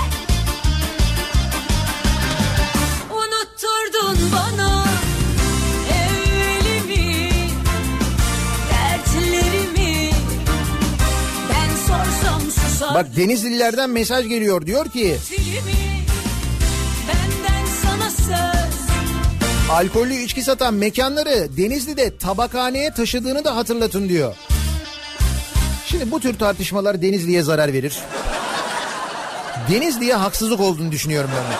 Unutturdun bana evvelimi, dertlerimi. Ben sorsam susar. Bak Denizlilerden mesaj geliyor, diyor ki benden sana söz. alkollü içki satan mekanları Denizli'de tabakhaneye taşıdığını da hatırlatın diyor. Şimdi bu tür tartışmalar Denizli'ye zarar verir. Denizli'ye haksızlık olduğunu düşünüyorum ben.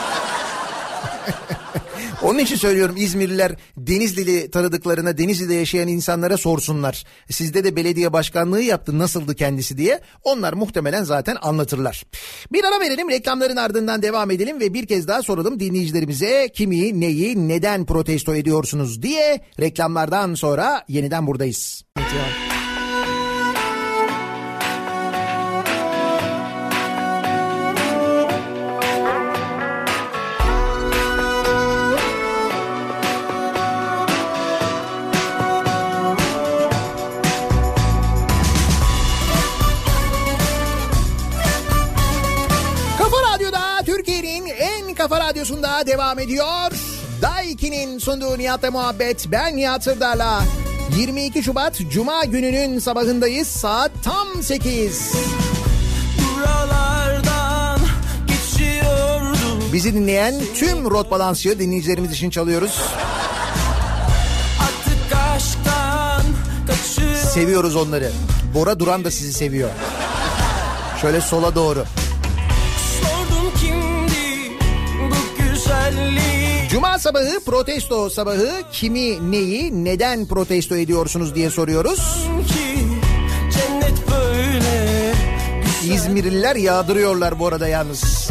Onun için söylüyorum, İzmirliler Denizli'li tanıdıklarına, Denizli'de yaşayan insanlara sorsunlar. Sizde de belediye başkanlığı yaptı, nasıldı kendisi diye. Onlar muhtemelen zaten anlatırlar. Bir ara verelim, reklamların ardından devam edelim ve bir kez daha soralım dinleyicilerimize kimi, neyi, neden protesto ediyorsunuz diye. Reklamlardan sonra yeniden buradayız. Kafa Radyosu'nda devam ediyor. Daiki'nin sunduğu Nihat'la muhabbet. Ben Nihat Sırdar'la. yirmi iki Şubat Cuma gününün sabahındayız. Saat tam sekiz. Buralardan geçiyordum. Bizi dinleyen tüm Rot Balansçı dinleyicilerimiz için çalıyoruz. Artık aşktan kaçıyor. Seviyoruz onları. Bora Duran da sizi seviyor. Şöyle sola doğru. Cuma sabahı protesto sabahı, kimi, neyi, neden protesto ediyorsunuz diye soruyoruz. İzmirliler yağdırıyorlar bu arada yalnız.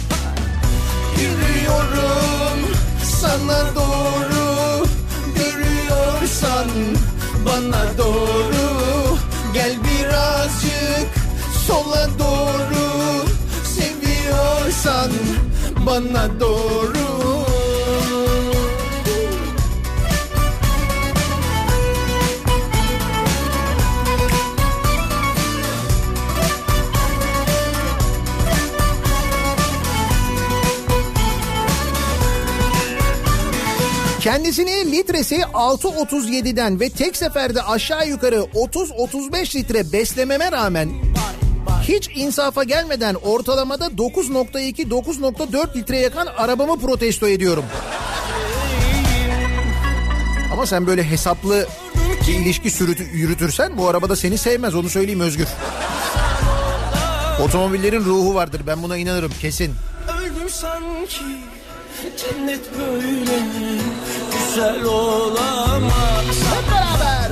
Yürüyorum sana doğru, görüyorsan bana doğru. Gel birazcık sola doğru, seviyorsan bana doğru. Kendisini litresi altı otuz yedi'den ve tek seferde aşağı yukarı otuz otuz beş litre beslememe rağmen hiç insafa gelmeden ortalamada dokuz nokta iki dokuz nokta dört litre yakan arabamı protesto ediyorum. Ama sen böyle hesaplı bir ilişki sürütü, yürütürsen bu arabada seni sevmez, onu söyleyeyim Özgür. Otomobillerin ruhu vardır, ben buna inanırım kesin. Öldüm sanki, cennet böyle güzel olamaz. Hep beraber.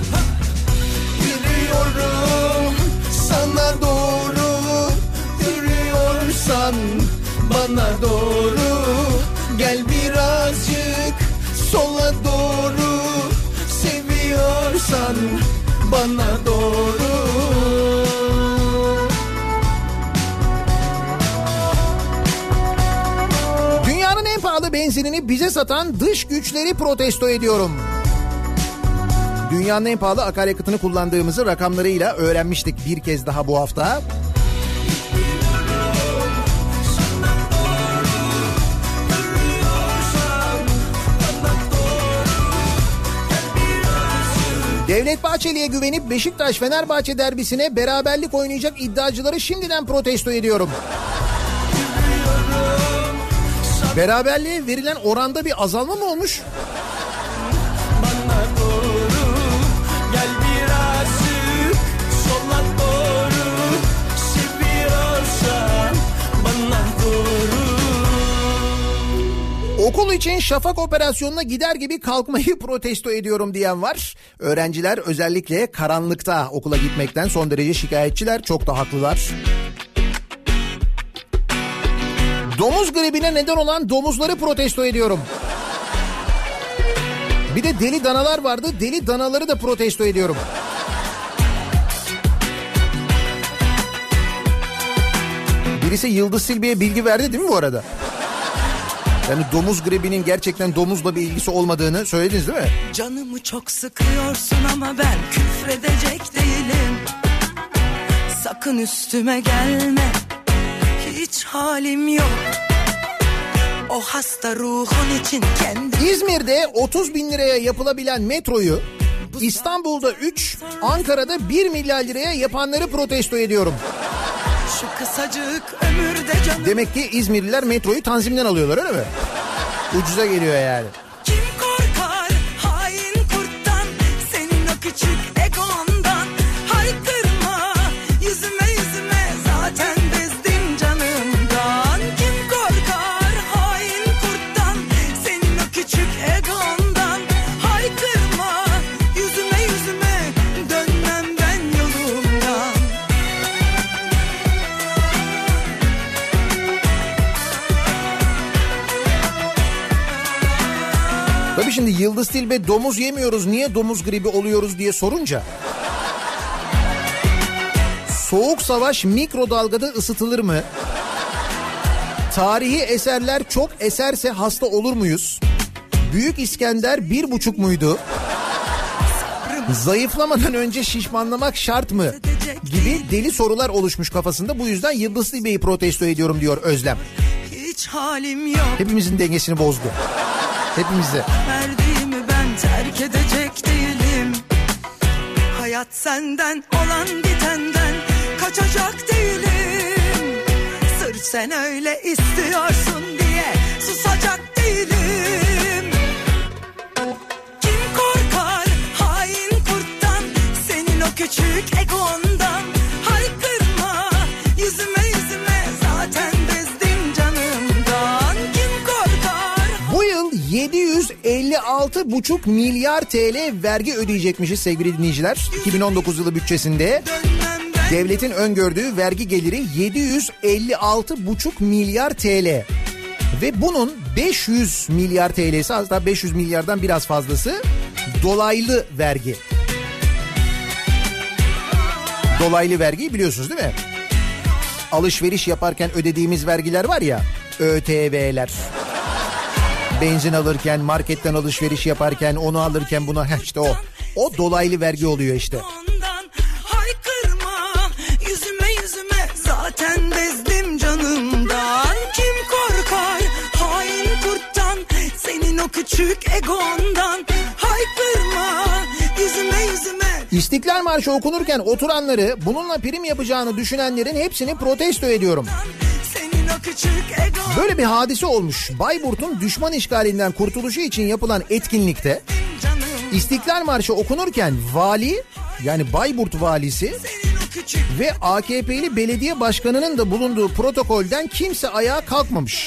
Yürüyorum sana doğru, yürüyorsan bana doğru. Gel birazcık sola doğru, seviyorsan bana doğru. Dünyanın en pahalı benzinini bize satan dış güçleri protesto ediyorum. Dünyanın en pahalı akaryakıtını kullandığımızı rakamlarıyla öğrenmiştik bir kez daha bu hafta. Devlet Bahçeli'ye güvenip Beşiktaş-Fenerbahçe derbisine beraberlik oynayacak iddiacıları şimdiden protesto ediyorum. Beraberliğe verilen oranda bir azalma mı olmuş? Bana doğru gel birazcık sola doğru seviyorsan bana doğru. Okul için şafak operasyonuna gider gibi kalkmayı protesto ediyorum diyen var. Öğrenciler özellikle karanlıkta okula gitmekten son derece şikayetçiler, çok da haklılar. Domuz gribine neden olan domuzları protesto ediyorum. Bir de deli danalar vardı, deli danaları da protesto ediyorum. Birisi Yıldız Silbe'ye bilgi verdi değil mi bu arada? Yani domuz gribinin gerçekten domuzla bir ilgisi olmadığını söylediniz değil mi? Canımı çok sıkıyorsun ama ben küfredecek değilim. Sakın üstüme gelme, hiç halim yok. O hasta ruhun için kendi... İzmir'de otuz bin liraya yapılabilen metroyu İstanbul'da üç, Ankara'da bir milyar liraya yapanları protesto ediyorum. Şu kısacık ömürde canım... Demek ki İzmirliler metroyu Tanzim'den alıyorlar öyle mi? Ucuza geliyor yani. Kim korkar hain kurttan, senin o küçük egondan. Haykırma yüzüme yüzüme, zaten bezdim canımdan. Kim korkar hain kurttan, senin o küçük egondan. Haykırma yüzüme yüzüme, dönmem ben yolumdan. Tabii şimdi Yıldız Tilbe domuz yemiyoruz, niye domuz gribi oluyoruz diye sorunca... Soğuk savaş mikrodalgada ısıtılır mı? Tarihi eserler çok eserse hasta olur muyuz? Büyük İskender bir buçuk muydu? Zayıflamadan önce şişmanlamak şart mı? Gibi deli sorular oluşmuş kafasında. Bu yüzden Yıldız Tilbe'yi protesto ediyorum diyor Özlem. Hiç halim yok. Hepimizin dengesini bozdu. Hepimizde. Verdiğimi ben terk edecek değilim. Hayat senden olan bitenden kaçacak değilim. Sırf sen öyle istiyorsun diye susacak değilim. Kim korkar hain kurttan, senin o küçük egondan. Haykırma yüzüme yüzüme, zaten bezdim canımdan. Kim korkar... Bu yıl yedi yüz elli altı buçuk milyar T L vergi ödeyecekmişiz sevgili dinleyiciler. iki bin on dokuz yılı bütçesinde devletin öngördüğü vergi geliri yedi yüz elli altı buçuk milyar T L. Ve bunun beş yüz milyar T L'si, hatta beş yüz milyardan biraz fazlası dolaylı vergi. Dolaylı vergiyi biliyorsunuz değil mi? Alışveriş yaparken ödediğimiz vergiler var ya, ÖTV'ler. Benzin alırken, marketten alışveriş yaparken, onu alırken buna, işte o. O dolaylı vergi oluyor işte. Haykırma yüzüme yüzüme, zaten bezdim canımdan. Kim korkar hain kurttan, senin o küçük egondan. Haykırma yüzüme yüzüme. İstiklal Marşı okunurken oturanları, bununla prim yapacağını düşünenlerin hepsini protesto ediyorum. Böyle bir hadise olmuş. Bayburt'un düşman işgalinden kurtuluşu için yapılan etkinlikte İstiklal Marşı okunurken vali, yani Bayburt valisi ve A K P'li belediye başkanının da bulunduğu protokolden kimse ayağa kalkmamış.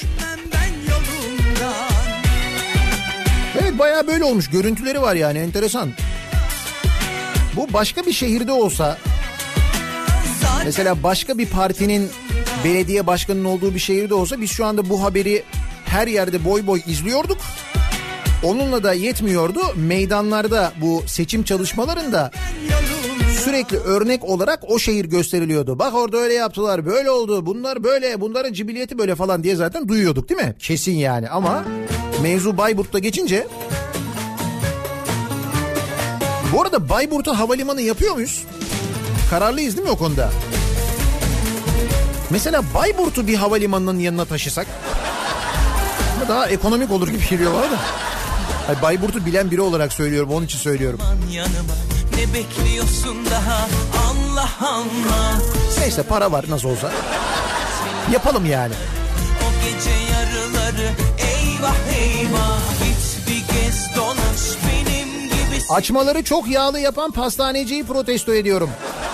Evet, bayağı böyle olmuş. Görüntüleri var yani, enteresan. Bu başka bir şehirde olsa, mesela başka bir partinin belediye başkanının olduğu bir şehirde olsa, biz şu anda bu haberi her yerde boy boy izliyorduk. Onunla da yetmiyordu. Meydanlarda, bu seçim çalışmalarında sürekli örnek olarak o şehir gösteriliyordu. Bak orada öyle yaptılar, böyle oldu, bunlar böyle, bunların cibiliyeti böyle falan diye zaten duyuyorduk değil mi? Kesin yani, ama mevzu Bayburt'ta geçince... Bu arada Bayburt'a havalimanı yapıyor muyuz? Kararlıyız değil mi o konuda? Mesela Bayburt'u bir havalimanının yanına taşısak daha ekonomik olur gibi geliyor bana da. Hayır, Bayburt'u bilen biri olarak söylüyorum, onun için söylüyorum. Yanıma Ne bekliyorsun daha? Allah Allah. Neyse para var nasıl olsa. Yapalım yani. O gece yarıları eyvah eyvah. Git bir gez dolaş benim gibi. Açmaları çok yağlı yapan pastaneciyi protesto ediyorum.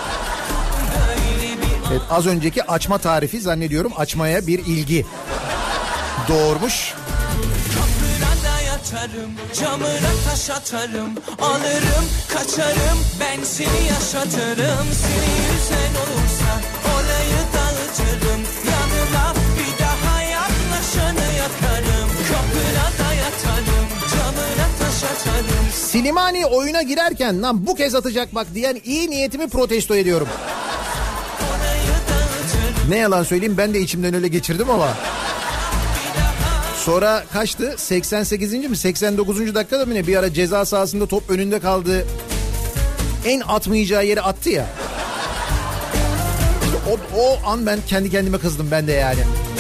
Evet, az önceki açma tarifi zannediyorum açmaya bir ilgi doğurmuş. Kapına yatarım, camına taş atarım, alırım, kaçarım, ben seni yaşatırım. Seni yüzen olursa olayı dağıtırım, yanına bir daha yaklaşanı yakarım. Kapına da yatarım, camına taş atarım. Slimani oyuna girerken lan bu kez atacak bak diyen iyi niyetimi protesto ediyorum. Ne yalan söyleyeyim ben de içimden öyle geçirdim ama. Sonra kaçtı? seksen sekizinci mi seksen dokuzuncu dakikada mı ne? Bir ara ceza sahasında top önünde kaldı. En atmayacağı yere attı ya. İşte o, o an ben kendi kendime kızdım ben de yani.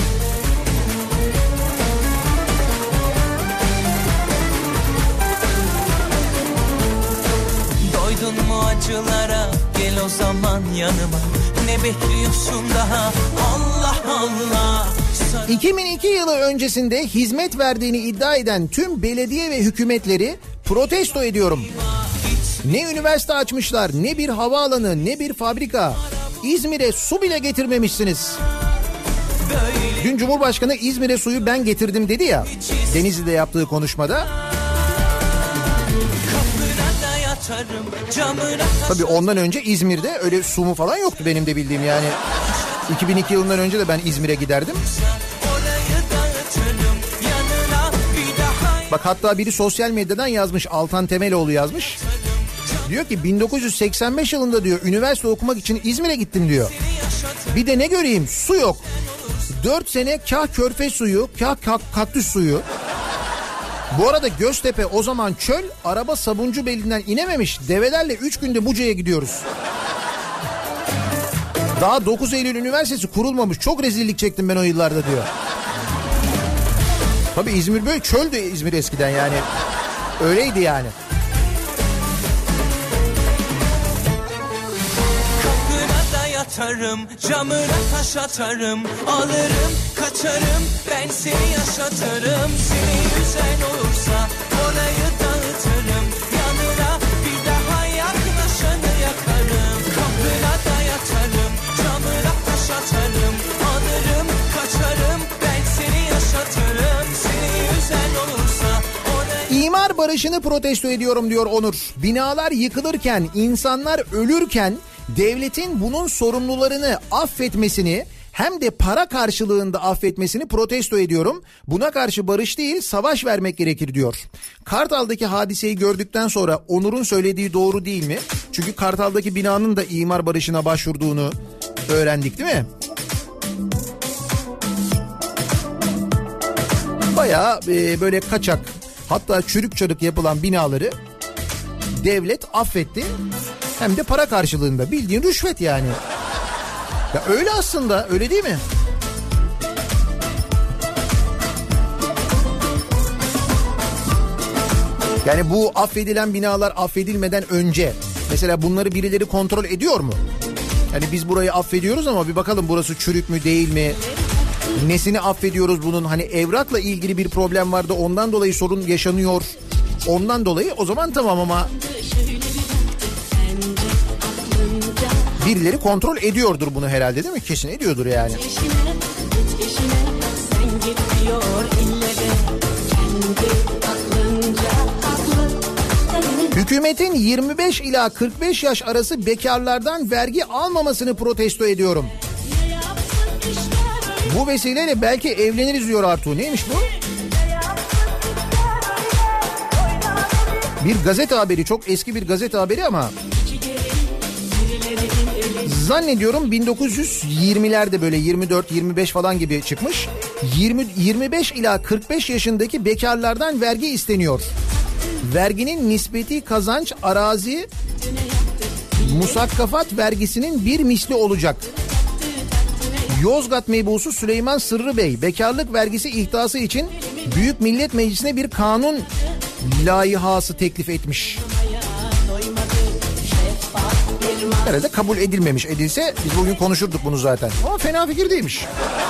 Doydun mu acılara? Gel o zaman yanıma. Ne bekliyorsun daha? Allah Allah. iki bin iki yılı öncesinde hizmet verdiğini iddia eden tüm belediye ve hükümetleri protesto ediyorum. Ne üniversite açmışlar, ne bir havaalanı, ne bir fabrika. İzmir'e su bile getirmemişsiniz. Dün Cumhurbaşkanı İzmir'e suyu ben getirdim dedi ya, Denizli'de yaptığı konuşmada. Tabii ondan önce İzmir'de öyle su mu falan yoktu benim de bildiğim yani. iki bin iki yılından önce de ben İzmir'e giderdim. Bak hatta biri sosyal medyadan yazmış, Altan Temeloğlu yazmış. Diyor ki bin dokuz yüz seksen beş yılında diyor üniversite okumak için İzmir'e gittim diyor. Bir de ne göreyim, su yok. dört sene kah körfez suyu, kah kaktüs suyu. Bu arada Göztepe o zaman çöl, araba Sabuncubeyliden inememiş. Develerle üç günde Buca'ya gidiyoruz. Daha dokuz Eylül Üniversitesi kurulmamış. Çok rezillik çektim ben o yıllarda diyor. Tabii İzmir böyle çöldü İzmir eskiden yani. Öyleydi yani. Kapına da yatarım, camına taş atarım, alırım, kaçarım, ben seni yaşatırım. Seni yüzen olursa olayı dağıtırım, yanına bir daha yaklaşanı yakarım. Kapına da yatarım, camına taş atarım, alırım, kaçarım, ben seni yaşatırım. Seni yüzen olursa olayı... İmar barışını protesto ediyorum diyor Onur. Binalar yıkılırken, insanlar ölürken devletin bunun sorumlularını affetmesini hem de para karşılığında affetmesini protesto ediyorum. Buna karşı barış değil savaş vermek gerekir diyor. Kartal'daki hadiseyi gördükten sonra Onur'un söylediği doğru değil mi? Çünkü Kartal'daki binanın da imar barışına başvurduğunu öğrendik değil mi? Bayağı e, böyle kaçak, hatta çürük çarık yapılan binaları devlet affetti. Hem de para karşılığında, bildiğin rüşvet yani. Ya öyle aslında, öyle değil mi? Yani bu affedilen binalar affedilmeden önce mesela bunları birileri kontrol ediyor mu? Yani biz burayı affediyoruz ama bir bakalım burası çürük mü değil mi? Nesini affediyoruz bunun? Hani evrakla ilgili bir problem vardı, ondan dolayı sorun yaşanıyor. Ondan dolayı o zaman tamam ama birileri kontrol ediyordur bunu herhalde değil mi? Kesin ediyordur yani. Hükümetin yirmi beş ila kırk beş yaş arası bekarlardan vergi almamasını protesto ediyorum. Bu vesileyle belki evleniriz diyor Artu. Neymiş bu? Bir gazete haberi, çok eski bir gazete haberi ama zannediyorum bin dokuz yüz yirmilerde böyle yirmi dört yirmi beş falan gibi çıkmış. yirmi yirmi beş ila kırk beş yaşındaki bekarlardan vergi isteniyor. Verginin nispeti kazanç arazi musakkafat vergisinin bir misli olacak. Yozgat Meybusu Süleyman Sırrı Bey bekarlık vergisi ihtası için Büyük Millet Meclisi'ne bir kanun layihası teklif etmiş. Herhalde kabul edilmemiş. Edilse biz bugün konuşurduk bunu zaten. Ama fena fikir değilmiş.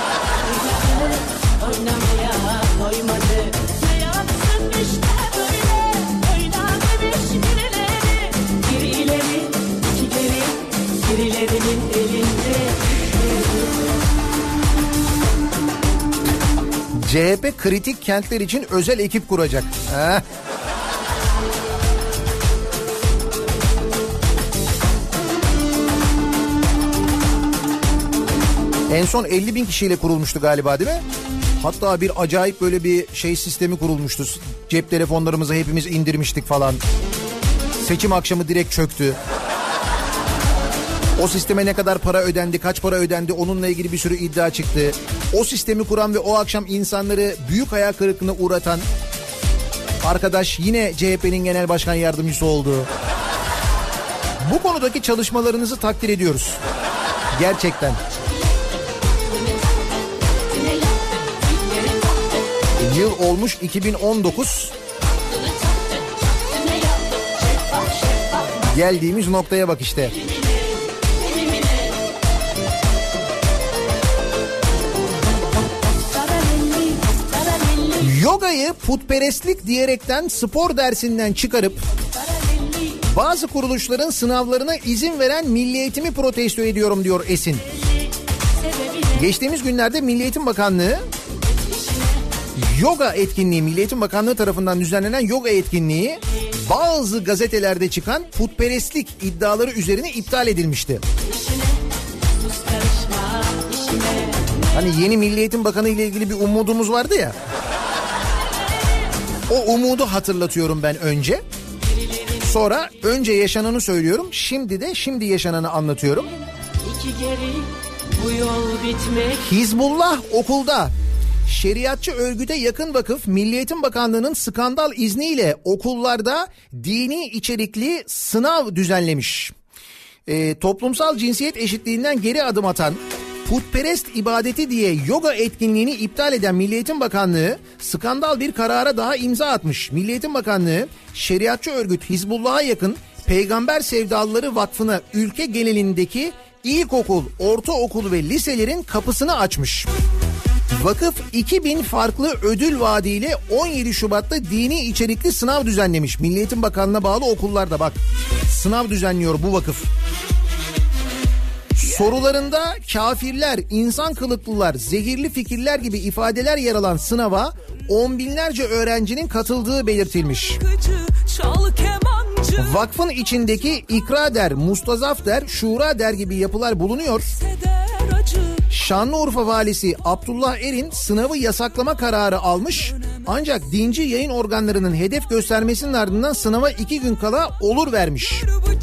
Oynamaya doymadı. Ne yapsın işte böyle. Oyna demiş birileri. Biri ileri, iki geri. Birilerinin elinde. C H P kritik kentler için özel ekip kuracak. Heh. En son elli bin kişiyle kurulmuştu galiba, değil mi? Hatta bir acayip böyle bir şey sistemi kurulmuştu. Cep telefonlarımızı hepimiz indirmiştik falan. Seçim akşamı direkt çöktü. O sisteme ne kadar para ödendi, kaç para ödendi, onunla ilgili bir sürü iddia çıktı. O sistemi kuran ve o akşam insanları büyük hayal kırıklığına uğratan arkadaş yine C H P'nin genel başkan yardımcısı oldu. Bu konudaki çalışmalarınızı takdir ediyoruz. Gerçekten. Yıl olmuş iki bin on dokuz. Geldiğimiz noktaya bak işte. Yogayı putperestlik diyerekten spor dersinden çıkarıp bazı kuruluşların sınavlarına izin veren Milli Eğitim'i protesto ediyorum diyor Esin. Geçtiğimiz günlerde Milli Eğitim Bakanlığı yoga etkinliği, Milli Eğitim Bakanlığı tarafından düzenlenen yoga etkinliği bazı gazetelerde çıkan putperestlik iddiaları üzerine iptal edilmişti. Hani yeni Milli Eğitim Bakanı ile ilgili bir umudumuz vardı ya. O umudu hatırlatıyorum ben önce. Sonra önce yaşananı söylüyorum. Şimdi de şimdi yaşananı anlatıyorum. İki geri, bu yol bitmek. Hizbullah okulda. Şeriatçı örgüte yakın vakıf Milli Eğitim Bakanlığı'nın skandal izniyle okullarda dini içerikli sınav düzenlemiş. E, toplumsal cinsiyet eşitliğinden geri adım atan, putperest ibadeti diye yoga etkinliğini iptal eden Milli Eğitim Bakanlığı skandal bir karara daha imza atmış. Milli Eğitim Bakanlığı şeriatçı örgüt Hizbullah'a yakın Peygamber Sevdalıları Vakfı'na ülke genelindeki ilkokul, ortaokul ve liselerin kapısını açmış. Vakıf iki bin farklı ödül vaadiyle on yedi Şubat'ta dini içerikli sınav düzenlemiş. Milli Eğitim Bakanlığı'na bağlı okullarda bak sınav düzenliyor bu vakıf. Sorularında kafirler, insan kılıklılar, zehirli fikirler gibi ifadeler yer alan sınava on binlerce öğrencinin katıldığı belirtilmiş. Vakfın içindeki İkra der, Mustazaf der, Şura der gibi yapılar bulunuyor. Şanlıurfa valisi Abdullah Erin sınavı yasaklama kararı almış. Ancak dinci yayın organlarının hedef göstermesinin ardından sınava iki gün kala olur vermiş.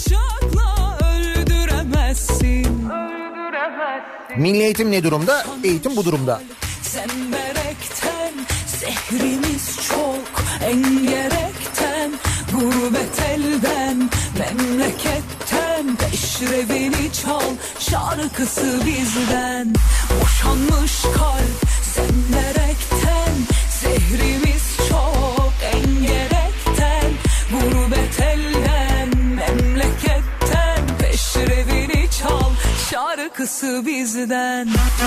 Milli Eğitim ne durumda? Eğitim bu durumda. Zemberekten zehrimiz çok, engerekten, gurbet elden, memleketten, peşrevini çal, şarkısı bizden. Boşanmış kalp zemberekten, zehrimiz çok, engerekten, gurbet elden, memleketten, peşrevini çal, şarkısı bizden.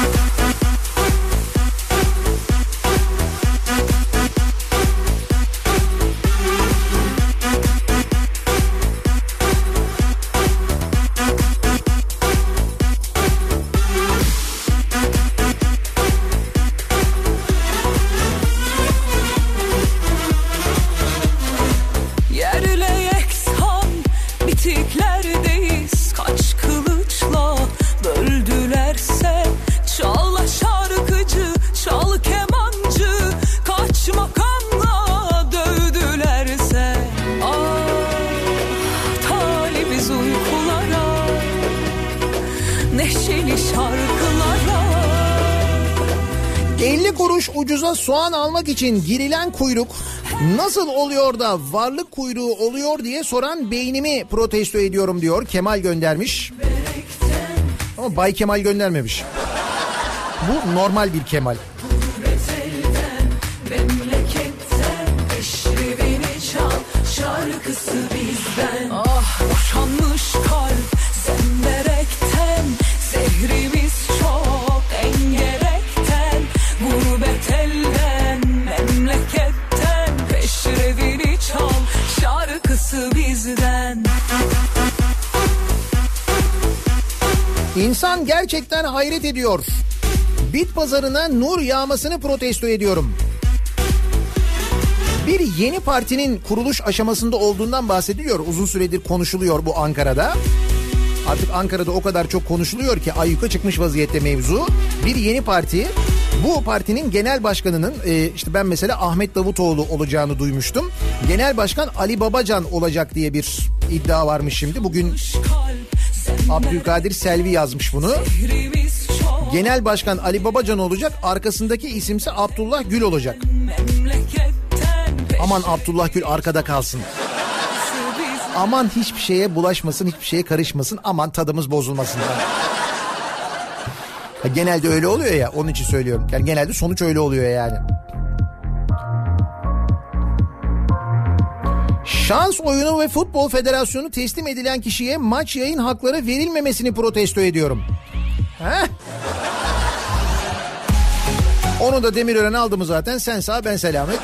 elli kuruş ucuza soğan almak için girilen kuyruk nasıl oluyor da varlık kuyruğu oluyor diye soran beynimi protesto ediyorum diyor. Kemal göndermiş. Ama Bay Kemal göndermemiş. Bu normal bir Kemal. Şarkısı bizden. Ah boşanmış kalp güven. İnsan gerçekten hayret ediyor. Bit pazarına nur yağmasını protesto ediyorum. Bir yeni partinin kuruluş aşamasında olduğundan bahsediliyor. Uzun süredir konuşuluyor bu Ankara'da. Artık Ankara'da o kadar çok konuşuluyor ki ayyuka çıkmış vaziyette mevzu. Bir yeni parti, bu partinin genel başkanının e, işte ben mesela Ahmet Davutoğlu olacağını duymuştum. Genel başkan Ali Babacan olacak diye bir iddia varmış şimdi. Bugün Abdülkadir Selvi yazmış bunu. Genel başkan Ali Babacan olacak, arkasındaki isimse Abdullah Gül olacak. Aman Abdullah Gül arkada kalsın. Aman hiçbir şeye bulaşmasın, hiçbir şeye karışmasın. Aman tadımız bozulmasın. Genelde öyle oluyor ya, onun için söylüyorum. Yani genelde sonuç öyle oluyor yani. Şans oyunu ve Futbol Federasyonu teslim edilen kişiye maç yayın hakları verilmemesini protesto ediyorum. Heh. Onu da Demirören aldı mı zaten, sen sağ ben selamet.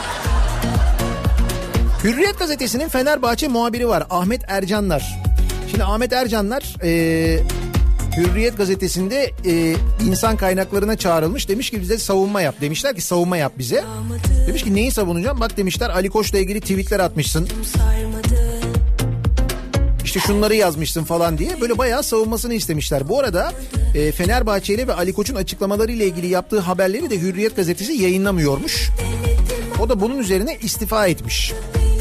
Hürriyet gazetesinin Fenerbahçe muhabiri var, Ahmet Ercanlar. Şimdi Ahmet Ercanlar e, Hürriyet gazetesinde e, insan kaynaklarına çağrılmış. Demiş ki bize savunma yap. Demişler ki savunma yap bize. Demiş ki neyi savunacağım? Bak demişler Ali Koç'la ilgili tweetler atmışsın. İşte şunları yazmışsın falan diye. Böyle bayağı savunmasını istemişler. Bu arada e, Fenerbahçe ile ve Ali Koç'un açıklamaları ile ilgili yaptığı haberleri de Hürriyet gazetesi yayınlamıyormuş. O da bunun üzerine istifa etmiş.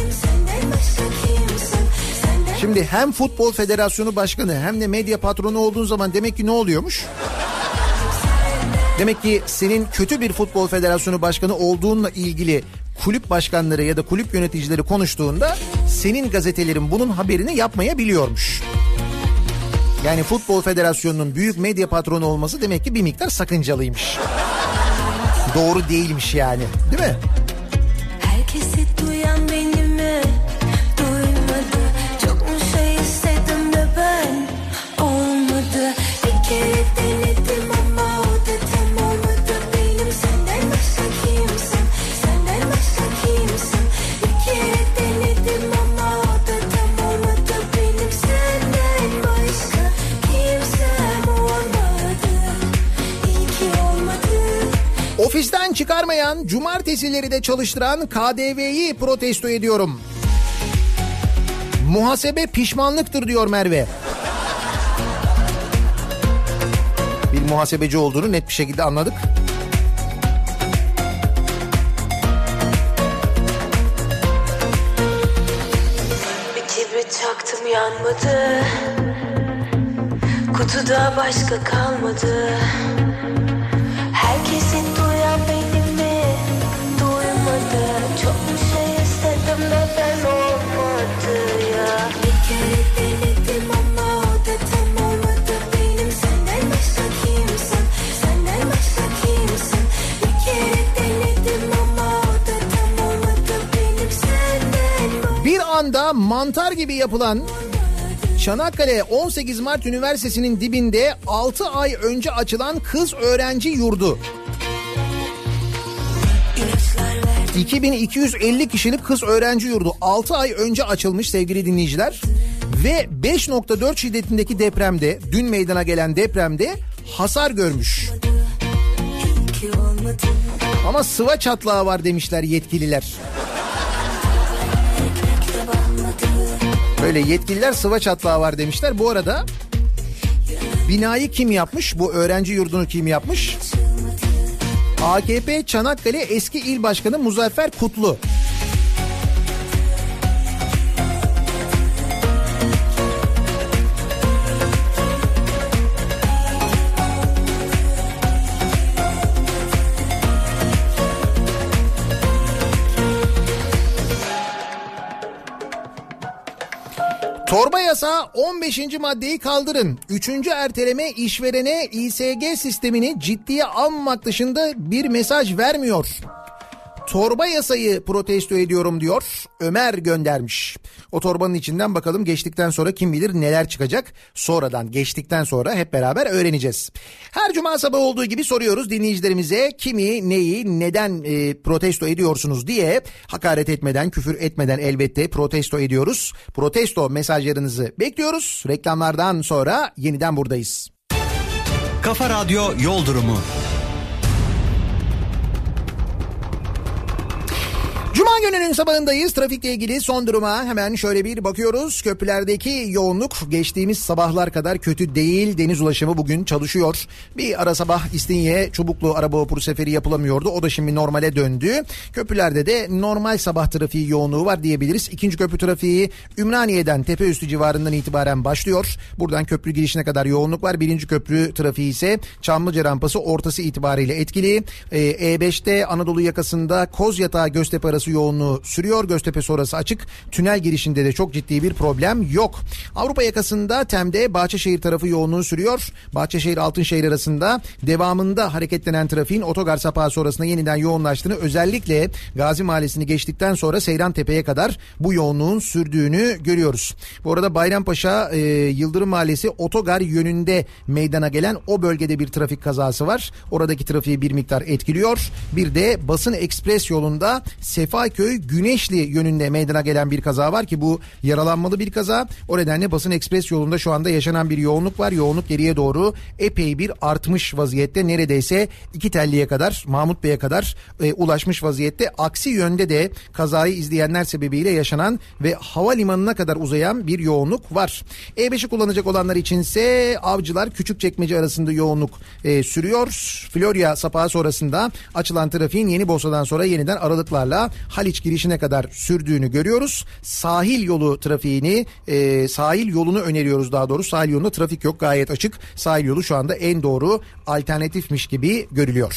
Şimdi hem Futbol Federasyonu Başkanı hem de medya patronu olduğun zaman demek ki ne oluyormuş? Demek ki senin kötü bir Futbol Federasyonu Başkanı olduğunla ilgili kulüp başkanları ya da kulüp yöneticileri konuştuğunda senin gazetelerin bunun haberini yapmayabiliyormuş. Yani Futbol Federasyonu'nun büyük medya patronu olması demek ki bir miktar sakıncalıymış. Doğru değilmiş yani, değil mi? Herkesi duyan beni mi? Duymadı. Çok mu şey istedim de ben? Olmadı. Bir kere denedim ama o da tam olmadı. Benim senden başka kimsin? Senden başka kimsin? Bir kere denedim ama o da tam olmadı. Benim senden başka kimsem olmadı. İyi ki olmadı. Ofisten çıkarmayan, cumartesileri de çalıştıran K D V'yi protesto ediyorum. Muhasebe pişmanlıktır diyor Merve. Bir muhasebeci olduğunu net bir şekilde anladık. Bir kibrit çaktım yanmadı. Kutuda başka kalmadı. Herkesin duyan benim mi? Duymadı. Çok mu şey istedim de ben olmadı ya. Bir kere denedim ama o da tam olmadı. Benim senden başka kimsin? Senden başka kimsin? Bir kere denedim ama o da tam olmadı. Benim senden başka... Bir anda mantar gibi yapılan Çanakkale on sekiz Mart Üniversitesi'nin dibinde altı ay önce açılan kız öğrenci yurdu. iki bin iki yüz elli kişilik kız öğrenci yurdu altı ay önce açılmış sevgili dinleyiciler. Ve beş nokta dört şiddetindeki depremde, dün meydana gelen depremde hasar görmüş. Ama sıva çatlağı var demişler yetkililer. Böyle yetkililer sıva çatlağı var demişler. Bu arada binayı kim yapmış? Bu öğrenci yurdunu kim yapmış? A K P Çanakkale eski il başkanı Muzaffer Kutlu. Torba yasağı on beşinci maddeyi kaldırın. Üçüncü erteleme işverene İ S G sistemini ciddiye almamak dışında bir mesaj vermiyor. Torba yasayı protesto ediyorum diyor. Ömer göndermiş. O torbanın içinden bakalım geçtikten sonra kim bilir neler çıkacak. Sonradan geçtikten sonra hep beraber öğreneceğiz. Her cuma sabahı olduğu gibi soruyoruz dinleyicilerimize kimi, neyi, neden e, protesto ediyorsunuz diye. Hakaret etmeden, küfür etmeden elbette protesto ediyoruz. Protesto mesajlarınızı bekliyoruz. Reklamlardan sonra yeniden buradayız. Kafa Radyo Yol Durumu. Cuma gününün sabahındayız. Trafikle ilgili son duruma hemen şöyle bir bakıyoruz. Köprülerdeki yoğunluk geçtiğimiz sabahlar kadar kötü değil. Deniz ulaşımı bugün çalışıyor. Bir ara sabah İstinye Çubuklu araba vapuru seferi yapılamıyordu. O da şimdi normale döndü. Köprülerde de normal sabah trafiği yoğunluğu var diyebiliriz. İkinci köprü trafiği Ümraniye'den Tepeüstü civarından itibaren başlıyor. Buradan köprü girişine kadar yoğunluk var. Birinci köprü trafiği ise Çamlıca rampası ortası itibariyle etkili. Ee, E beşte Anadolu yakasında Kozyatağı Göztepe arası yoğunluğu sürüyor. Göztepe sonrası açık. Tünel girişinde de çok ciddi bir problem yok. Avrupa yakasında Tem'de Bahçeşehir tarafı yoğunluğu sürüyor. Bahçeşehir Altınşehir arasında devamında hareketlenen trafiğin otogar sapağı sonrasında yeniden yoğunlaştığını, özellikle Gazi Mahallesi'ni geçtikten sonra Seyrantepe'ye kadar bu yoğunluğun sürdüğünü görüyoruz. Bu arada Bayrampaşa e, Yıldırım Mahallesi otogar yönünde meydana gelen o bölgede bir trafik kazası var. Oradaki trafiği bir miktar etkiliyor. Bir de Basın Ekspres yolunda Sefaköy Güneşli yönünde meydana gelen bir kaza var ki bu yaralanmalı bir kaza. O nedenle Basın Ekspres yolunda şu anda yaşanan bir yoğunluk var. Yoğunluk geriye doğru epey bir artmış vaziyette. Neredeyse iki telliye kadar, Mahmut Bey'e kadar e, ulaşmış vaziyette. Aksi yönde de kazayı izleyenler sebebiyle yaşanan ve havalimanına kadar uzayan bir yoğunluk var. E beşi kullanacak olanlar içinse Avcılar Küçükçekmece arasında yoğunluk e, sürüyor. Florya sapağı sonrasında açılan trafiğin Yenibosna'dan sonra yeniden aralıklarla Haliç girişine kadar sürdüğünü görüyoruz. Sahil yolu trafiğini, e, sahil yolunu öneriyoruz daha doğrusu. Sahil yolunda trafik yok, gayet açık. Sahil yolu şu anda en doğru alternatifmiş gibi görülüyor.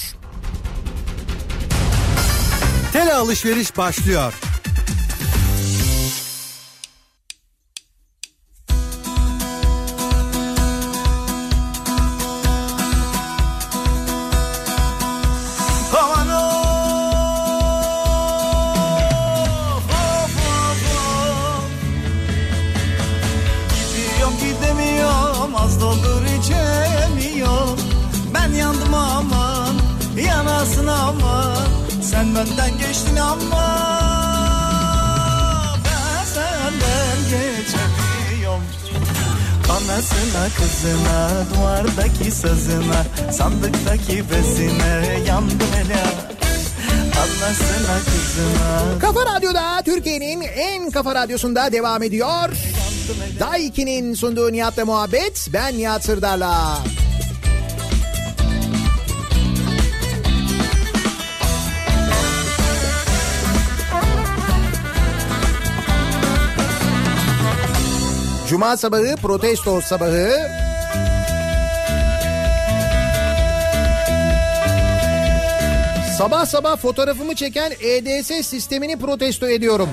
Tele alışveriş başlıyor. Sen benden geçtin ama ben senden geçemiyorum. Anasına kızına, duvardaki sazına, sandıktaki bezine yandım hele. Anasına kızına. Kafa Radyo'da, Türkiye'nin en kafa radyosunda devam ediyor. Daiki'nin sunduğu Nihat'la muhabbet. Ben Nihat Sırdar'la. Cuma sabahı, protesto sabahı. Sabah sabah fotoğrafımı çeken E D S sistemini protesto ediyorum.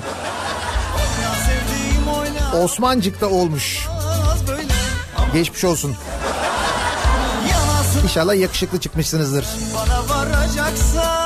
Osmancık'ta olmuş. Geçmiş olsun. İnşallah yakışıklı çıkmışsınızdır. Bana varacaksan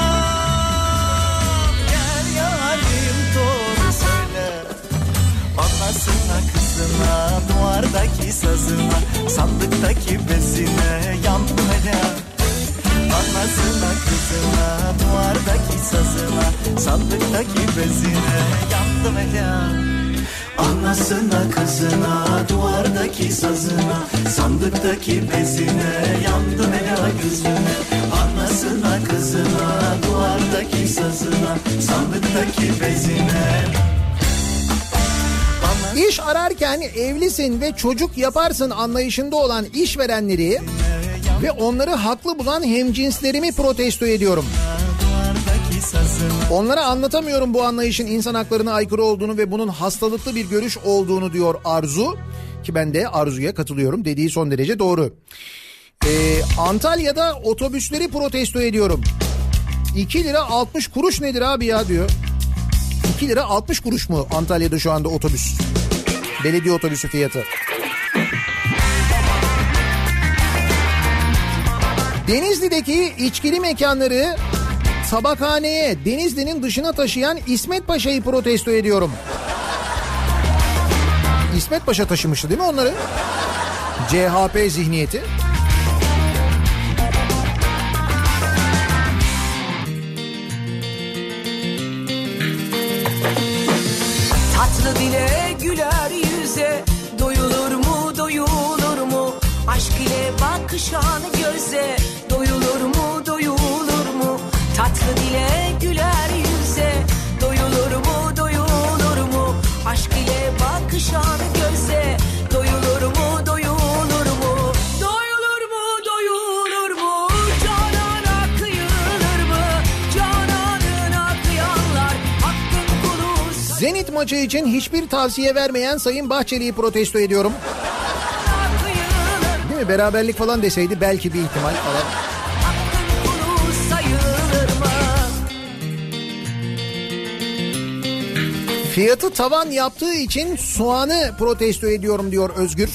gel yarim doğru söyle. Anasına kızına, duvardaki sazına, sandıktaki bezine yandım hele. Anasına kızına, duvardaki sazına, sandıktaki bezine yandım hele. Anasına kızına, duvardaki sazına, sandıktaki bezine yandım hele gözüne. Anasına kızına, duvardaki sazına, sandıktaki bezine. İş ararken evlisin ve çocuk yaparsın anlayışında olan işverenleri ve onları haklı bulan hemcinslerimi protesto ediyorum. Onlara anlatamıyorum bu anlayışın insan haklarına aykırı olduğunu ve bunun hastalıklı bir görüş olduğunu diyor Arzu. Ki ben de Arzu'ya katılıyorum, dediği son derece doğru. Ee, Antalya'da otobüsleri protesto ediyorum. iki lira altmış kuruş nedir abi ya diyor. iki lira altmış kuruş mu Antalya'da şu anda otobüs? Belediye otobüsü fiyatı. Denizli'deki içkili mekanları tabakhaneye Denizli'nin dışına taşıyan İsmet Paşa'yı protesto ediyorum. İsmet Paşa taşımıştı değil mi onları? C H P zihniyeti. Tatlı dile güler yüze, doyulur mu doyulur mu? Aşk ile bakışan göze, doyulur mu doyulur mu? Tatlı dile güler yüze, doyulur mu doyulur mu? Aşk ile bakışan göze, doyulur mu doyulur mu? Doyulur mu doyulur mu? Canana kıyılır mı? Cananına kıyanlar hakkın kulu. Zenit maçı için hiçbir tavsiye vermeyen Sayın Bahçeli'yi protesto ediyorum. Değil mi? Beraberlik falan deseydi belki bir ihtimal falan. Fiyatı tavan yaptığı için soğanı protesto ediyorum diyor Özgür.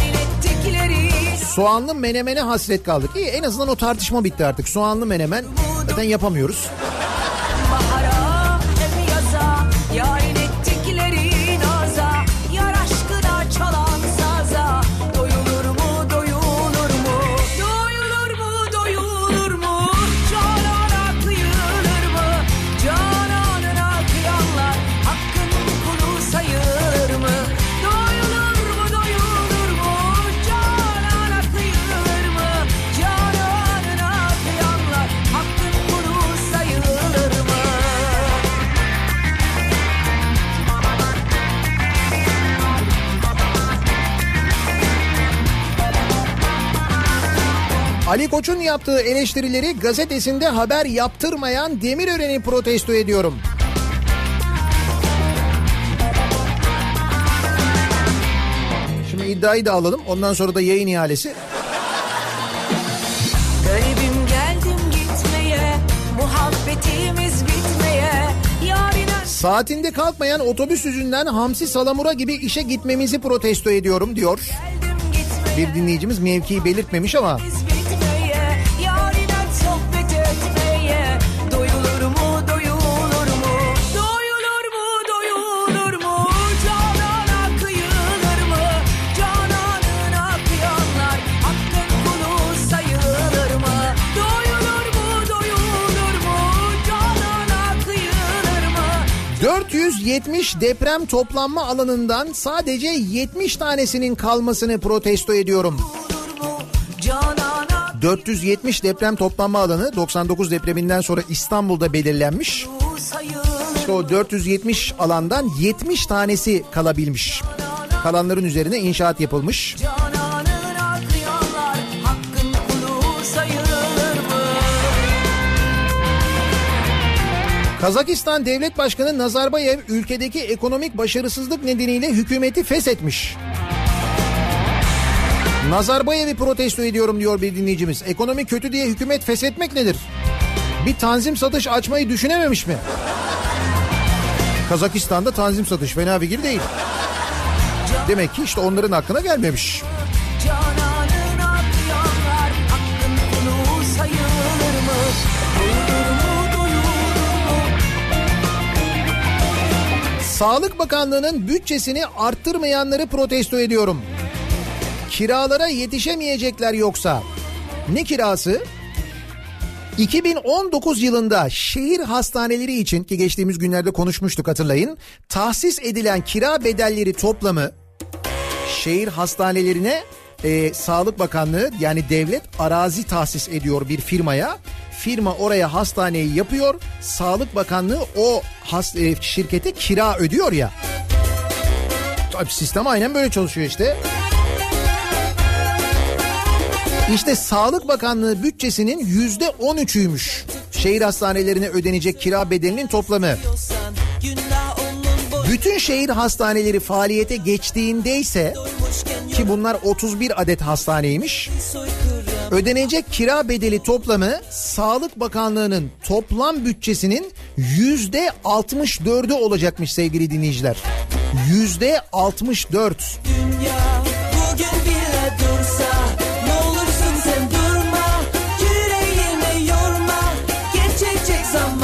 Soğanlı menemene hasret kaldık. İyi, en azından o tartışma bitti artık. Soğanlı menemen zaten yapamıyoruz. Bahara hem yaza, yarın ettikleri naza, yar aşkına çalan saza. Doyulur mu doyulur mu? Doyulur mu doyulur mu? Canana kıyılır mı? Cananına kıyanlar hakkın kulu sayılır mı? Doyulur mu doyulur mu? Canana kıyılır mı? Cananına kıyanlar hakkın kulu sayılır mı? Ali Koç'un yaptığı eleştirileri gazetesinde haber yaptırmayan Demirören'i protesto ediyorum. Şimdi iddiayı da alalım. Ondan sonra da yayın ihalesi. Garibim geldim gitmeye, muhabbetimiz bitmeye, yarına Saatinde kalkmayan otobüs yüzünden Hamsi Salamura gibi işe gitmemizi protesto ediyorum diyor. geldim gitmeye, Bir dinleyicimiz mevkiyi belirtmemiş ama bitmeye, yarına sohbet etmeye. Doyulur mu doyulur mu? Doyulur mu doyulur mu? Canana kıyılır mı? Cananına kıyanlar hakkın kulu sayılır mı? Doyulur mu doyulur mu? Canana kıyılır mı? dört yüz yetmiş deprem toplanma alanından sadece yetmiş tanesinin kalmasını protesto ediyorum. Canana dört yüz yetmiş deprem toplanma alanı doksan dokuz depreminden sonra İstanbul'da belirlenmiş. sayılır. İşte o dört yüz yetmiş alandan yetmiş tanesi kalabilmiş. Kalanların üzerine inşaat yapılmış. Cananına kıyanlar hakkın kulu sayılır mı? Kazakistan Devlet Başkanı Nazarbayev ülkedeki ekonomik başarısızlık nedeniyle hükümeti feshetmiş. Nazarbayev'i protesto ediyorum diyor bir dinleyicimiz. Ekonomi kötü diye hükümet feshetmek nedir? Bir tanzim satış açmayı düşünememiş mi? Kazakistan'da tanzim satış fena fikir değil. Demek ki işte onların hakkına gelmemiş. Cananına kıyanlar hakkın kulu sayılır mı? Doyulur mu doyulur mu? Sağlık Bakanlığı'nın bütçesini arttırmayanları protesto ediyorum. Kiralara yetişemeyecekler yoksa. Ne kirası? iki bin on dokuz yılında şehir hastaneleri için, ki geçtiğimiz günlerde konuşmuştuk hatırlayın, tahsis edilen kira bedelleri toplamı şehir hastanelerine e, Sağlık Bakanlığı yani devlet arazi tahsis ediyor bir firmaya. Firma oraya hastaneyi yapıyor. Sağlık Bakanlığı o has, e, şirkete kira ödüyor ya. Tabii sistem aynen böyle çalışıyor işte. İşte Sağlık Bakanlığı bütçesinin yüzde on üçüymüş şehir hastanelerine ödenecek kira bedelinin toplamı. Bütün şehir hastaneleri faaliyete geçtiğinde ise, ki bunlar otuz bir adet hastaneymiş, ödenecek kira bedeli toplamı Sağlık Bakanlığı'nın toplam bütçesinin yüzde altmış dördü olacakmış sevgili dinleyiciler. Yüzde altmış dört. Dünya bugün bile dursa, ne olursun sen durma, yüreğimi yorma, geçecek zaman.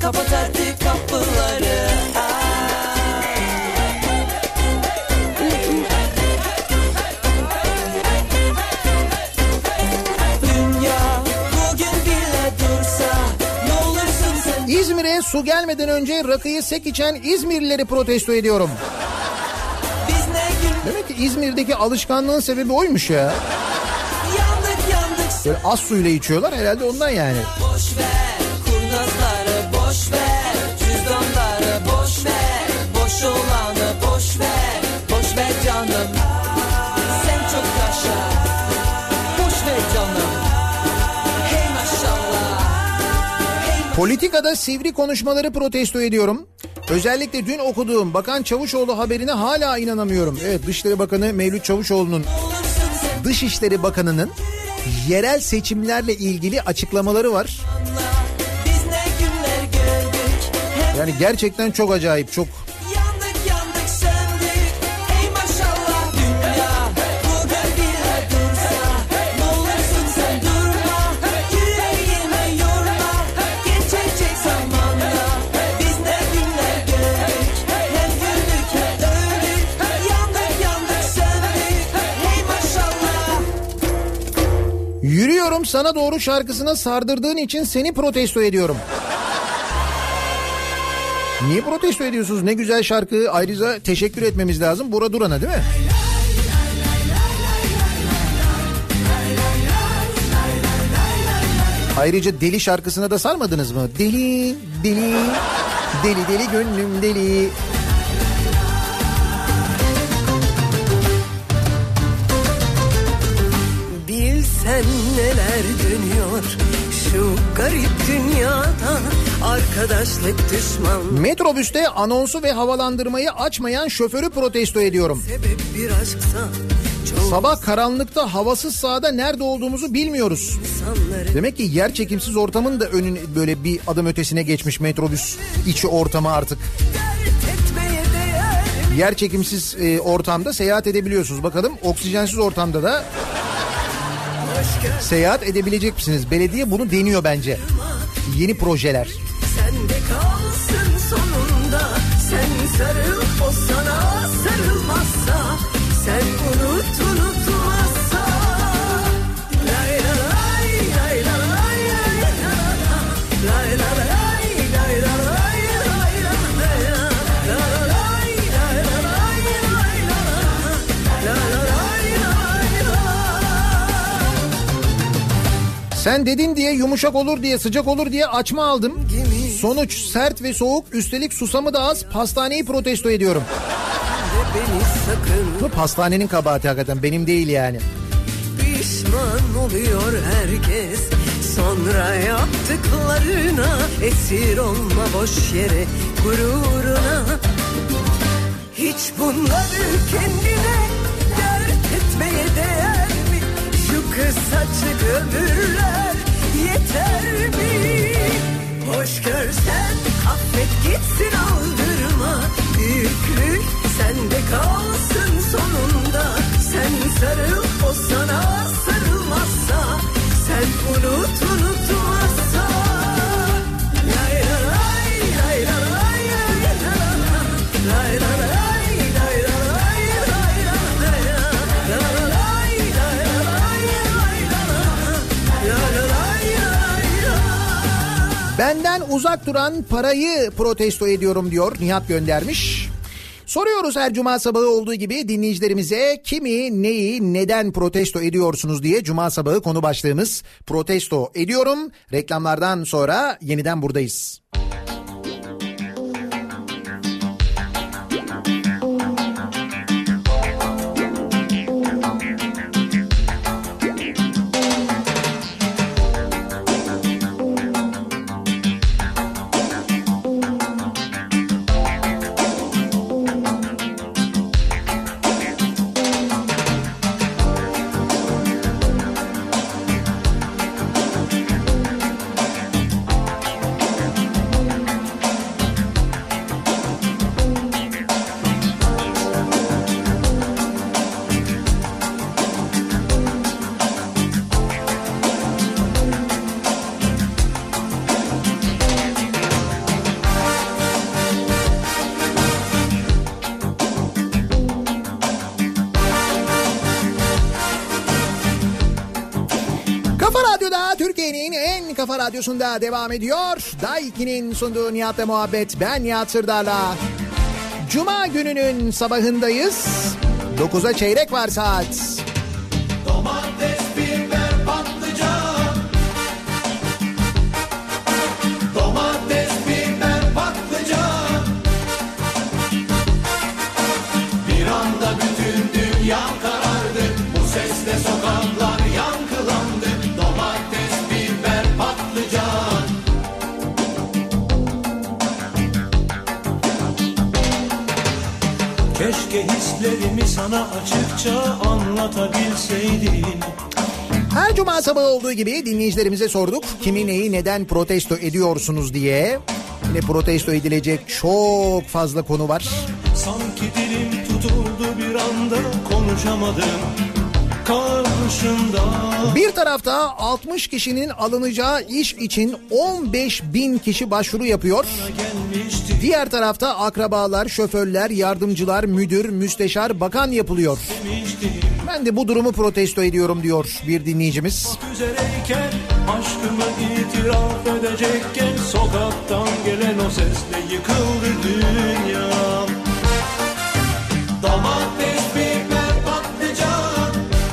kapatırdı kapıları. Dünya bugün bile dursa ne olursun sen. İzmir'e su gelmeden önce rakıyı sek içen İzmirlileri protesto ediyorum. Demek ki İzmir'deki alışkanlığın sebebi oymuş ya. Yandık yandık. Böyle az suyla içiyorlar herhalde ondan yani. Boş ver kurnazları, boş ver cüzdanları, boş ver boş olanı, boş ver, boş ver canım. Sen çok yaşa, boş ver canım. Hey maşallah. Hey Politikada sivri konuşmaları protesto ediyorum. Özellikle dün okuduğum Bakan Çavuşoğlu haberine hala inanamıyorum. Evet, Dışişleri Bakanı Mevlüt Çavuşoğlu'nun, Dışişleri Bakanı'nın yerel seçimlerle ilgili açıklamaları var. Yani gerçekten çok acayip, çok. yandık yandık söndük. Hey maşallah dünya bugün bile dursa ne olursun sen durma. Yüreğimi yorma, geçecek zamanla. Biz ne günler gördük, hem güldük hem öldük. Yandık yandık söndük. Hey maşallah. Yürüyorum sana doğru şarkısına sardırdığın için seni protesto ediyorum. Niye protesto ediyorsunuz? Ne güzel şarkı. Ayrıca teşekkür etmemiz lazım Bora Duran'a, değil mi? Ayrıca Deli şarkısına da sarmadınız mı? Deli, deli, deli deli gönlüm deli. Bilsen neler dönüyor şu garip dünyada, arkadaşlık düşman. Metrobüste anonsu ve havalandırmayı açmayan şoförü protesto ediyorum. Sebep bir aşksa çok. Sabah karanlıkta havasız sahada nerede olduğumuzu bilmiyoruz. İnsanları... Demek ki yer çekimsiz ortamın da önün böyle bir adım ötesine geçmiş metrobüs içi ortamı artık. Yer çekimsiz e, ortamda seyahat edebiliyorsunuz. Bakalım oksijensiz ortamda da seyahat edebilecek misiniz? Belediye bunu deniyor bence. Yeni projeler. Sen de kalsın sonunda, sen sarıl o sana sarılmazsa, sen unut unutmazsa. Lay la lay lay la lay lay la la, lay la lay lay la lay lay la la, la la lay lay la lay lay la la, la la lay lay la. Sen dedin diye yumuşak olur diye, sıcak olur diye açma aldım. Sonuç sert ve soğuk, üstelik susamı da az. Pastaneyi protesto ediyorum. Bu pastanenin kabahati hakikaten, benim değil yani. Pişman oluyor herkes sonra yaptıklarına, esir olma boş yere gururuna. Hiç bunları kendine dert etmeye değer mi? Şu kısacık ömürler yeter mi? Hoş görsen affet gitsin, aldırma. Büyüklük sende kalsın sonunda. Sen sarıl o sana sarılmazsa, sen unut unutmazsa. Lay la lay lay la lay lay la la, lay la lay lay la lay lay la la, la la lay lay la lay lay la la, la la lay lay la. Benden uzak duran parayı protesto ediyorum diyor, Nihat göndermiş. Soruyoruz her cuma sabahı olduğu gibi dinleyicilerimize, kimi, neyi, neden protesto ediyorsunuz diye. Cuma sabahı konu başlığımız protesto ediyorum. Reklamlardan sonra yeniden buradayız. Kafa Radyo'da, Türkiye'nin en kafa radyosunda devam ediyor. Daiki'nin sunduğu Nihat'la muhabbet. Ben Nihat Sırdar'la. Cuma gününün sabahındayız. dokuza çeyrek var saat. Domates, biber, patlıcan. Domates, biber, patlıcan. Bir anda bütün dünya karardı. Bu sesle sokaklar yankılandı. Domates, biber, patlıcan. Keşke hislerimi sana açıkça anlatabilseydim. Her cuma sabahı olduğu gibi dinleyicilerimize sorduk. Kimi neyi neden protesto ediyorsunuz diye. Yine protesto edilecek çok fazla konu var. Sanki dilim tutuldu bir anda konuşamadım karşında. Bir tarafta altmış kişinin alınacağı iş için on beş bin kişi başvuru yapıyor. Diğer tarafta akrabalar, şoförler, yardımcılar, müdür, müsteşar, bakan yapılıyor. Ben de bu durumu protesto ediyorum diyor bir dinleyicimiz. Üzereyken aşkımı itiraf edecekken sokaktan gelen o sesle yıkıldı dünyam. Domates, biber, patlıcan.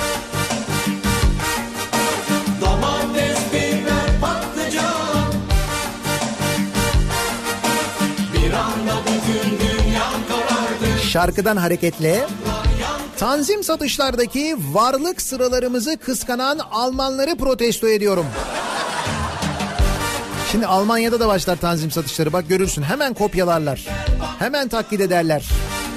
Domates, biber, patlıcan. Bir anda bütün dünya karardı. Şarkıdan hareketle tanzim satışlardaki varlık sıralarımızı kıskanan Almanları protesto ediyorum. Şimdi Almanya'da da başlar tanzim satışları, bak görürsün, hemen kopyalarlar. Hemen taklit ederler.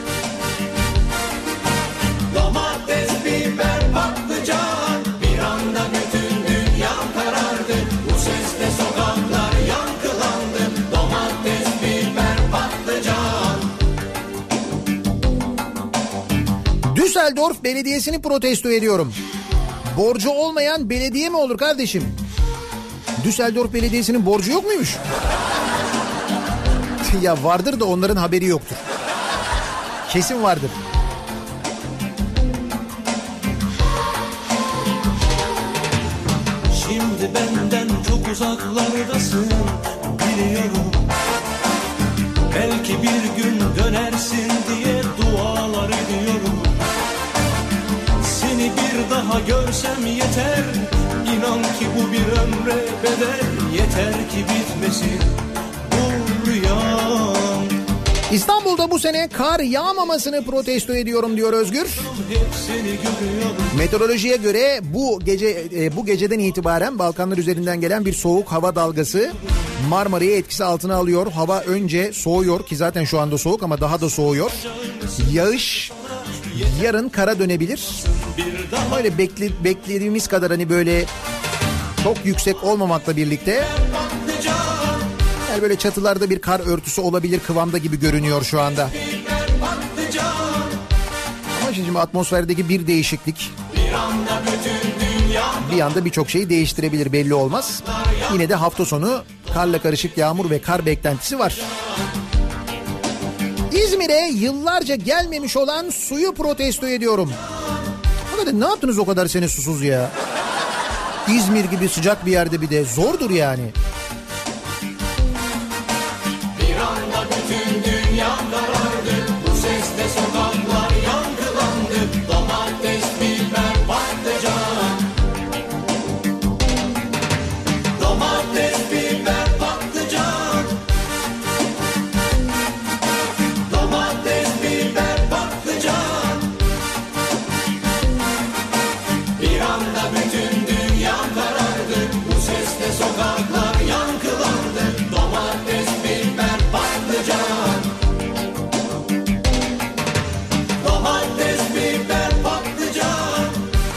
Domates, biber, patlıcan. Bir anda bütün dünya karardı. Bu sesle sokaklar yankılandı. Domates, biber, patlıcan. Düsseldorf Belediyesi'ni protesto ediyorum. Borcu olmayan belediye mi olur kardeşim? Düsseldorf Belediyesi'nin borcu yok muymuş? Ya vardır da onların haberi yoktur. Kesin vardır. Şimdi benden çok uzaklardasın biliyorum. Belki bir gün dönersin diye dualar ediyorum. Seni bir daha görsem yeter. İnan ki bu bir ömre bedel. Yeter ki bitmesin bu rüyam. İstanbul'da bu sene kar yağmamasını protesto ediyorum diyor Özgür. Meteorolojiye göre bu gece e, bu geceden itibaren Balkanlar üzerinden gelen bir soğuk hava dalgası Marmara'yı etkisi altına alıyor. Hava önce soğuyor ki zaten şu anda soğuk ama daha da soğuyor. Yağış yarın kara dönebilir. Öyle bekle, beklediğimiz kadar hani böyle çok yüksek olmamakla birlikte yani böyle çatılarda bir kar örtüsü olabilir kıvamda gibi görünüyor şu anda. Ama şimdi atmosferdeki bir değişiklik bir anda birçok şeyi değiştirebilir, belli olmaz. Yine de hafta sonu karla karışık yağmur ve kar beklentisi var. İzmir'e yıllarca gelmemiş olan suyu protesto ediyorum. Hadi ne yaptınız o kadar sene susuz ya? İzmir gibi sıcak bir yerde bir de zordur yani. Bir anda bütün dünya karardı. Bu sesle sokaklar yankılandı. Domates, biber, patlıcan. Domates, biber, patlıcan. Domates, biber, patlıcan. Bir anda bütün dünya karardı. Bu sesle sokaklar yankılandı. Domates, biber, patlıcan. Domates, biber, patlıcan.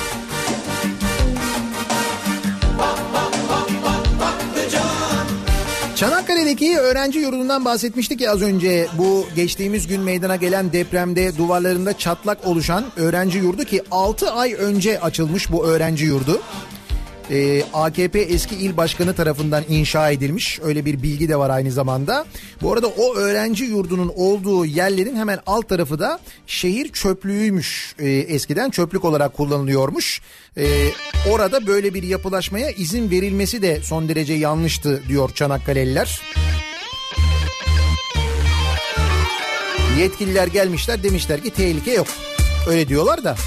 Bak bak bak bak patlıcan. Çanakkale'deki öğrenci yurdundan bahsetmiştik ya az önce. Bu geçtiğimiz gün meydana gelen depremde duvarlarında çatlak oluşan öğrenci yurdu ki altı ay önce açılmış bu öğrenci yurdu. Ee, A K P eski il başkanı tarafından inşa edilmiş. Öyle bir bilgi de var aynı zamanda. Bu arada o öğrenci yurdunun olduğu yerlerin hemen alt tarafı da şehir çöplüğüymüş. Ee, eskiden çöplük olarak kullanılıyormuş. Ee, orada böyle bir yapılaşmaya izin verilmesi de son derece yanlıştı diyor Çanakkale'liler. Yetkililer gelmişler, demişler ki tehlike yok. Öyle diyorlar da.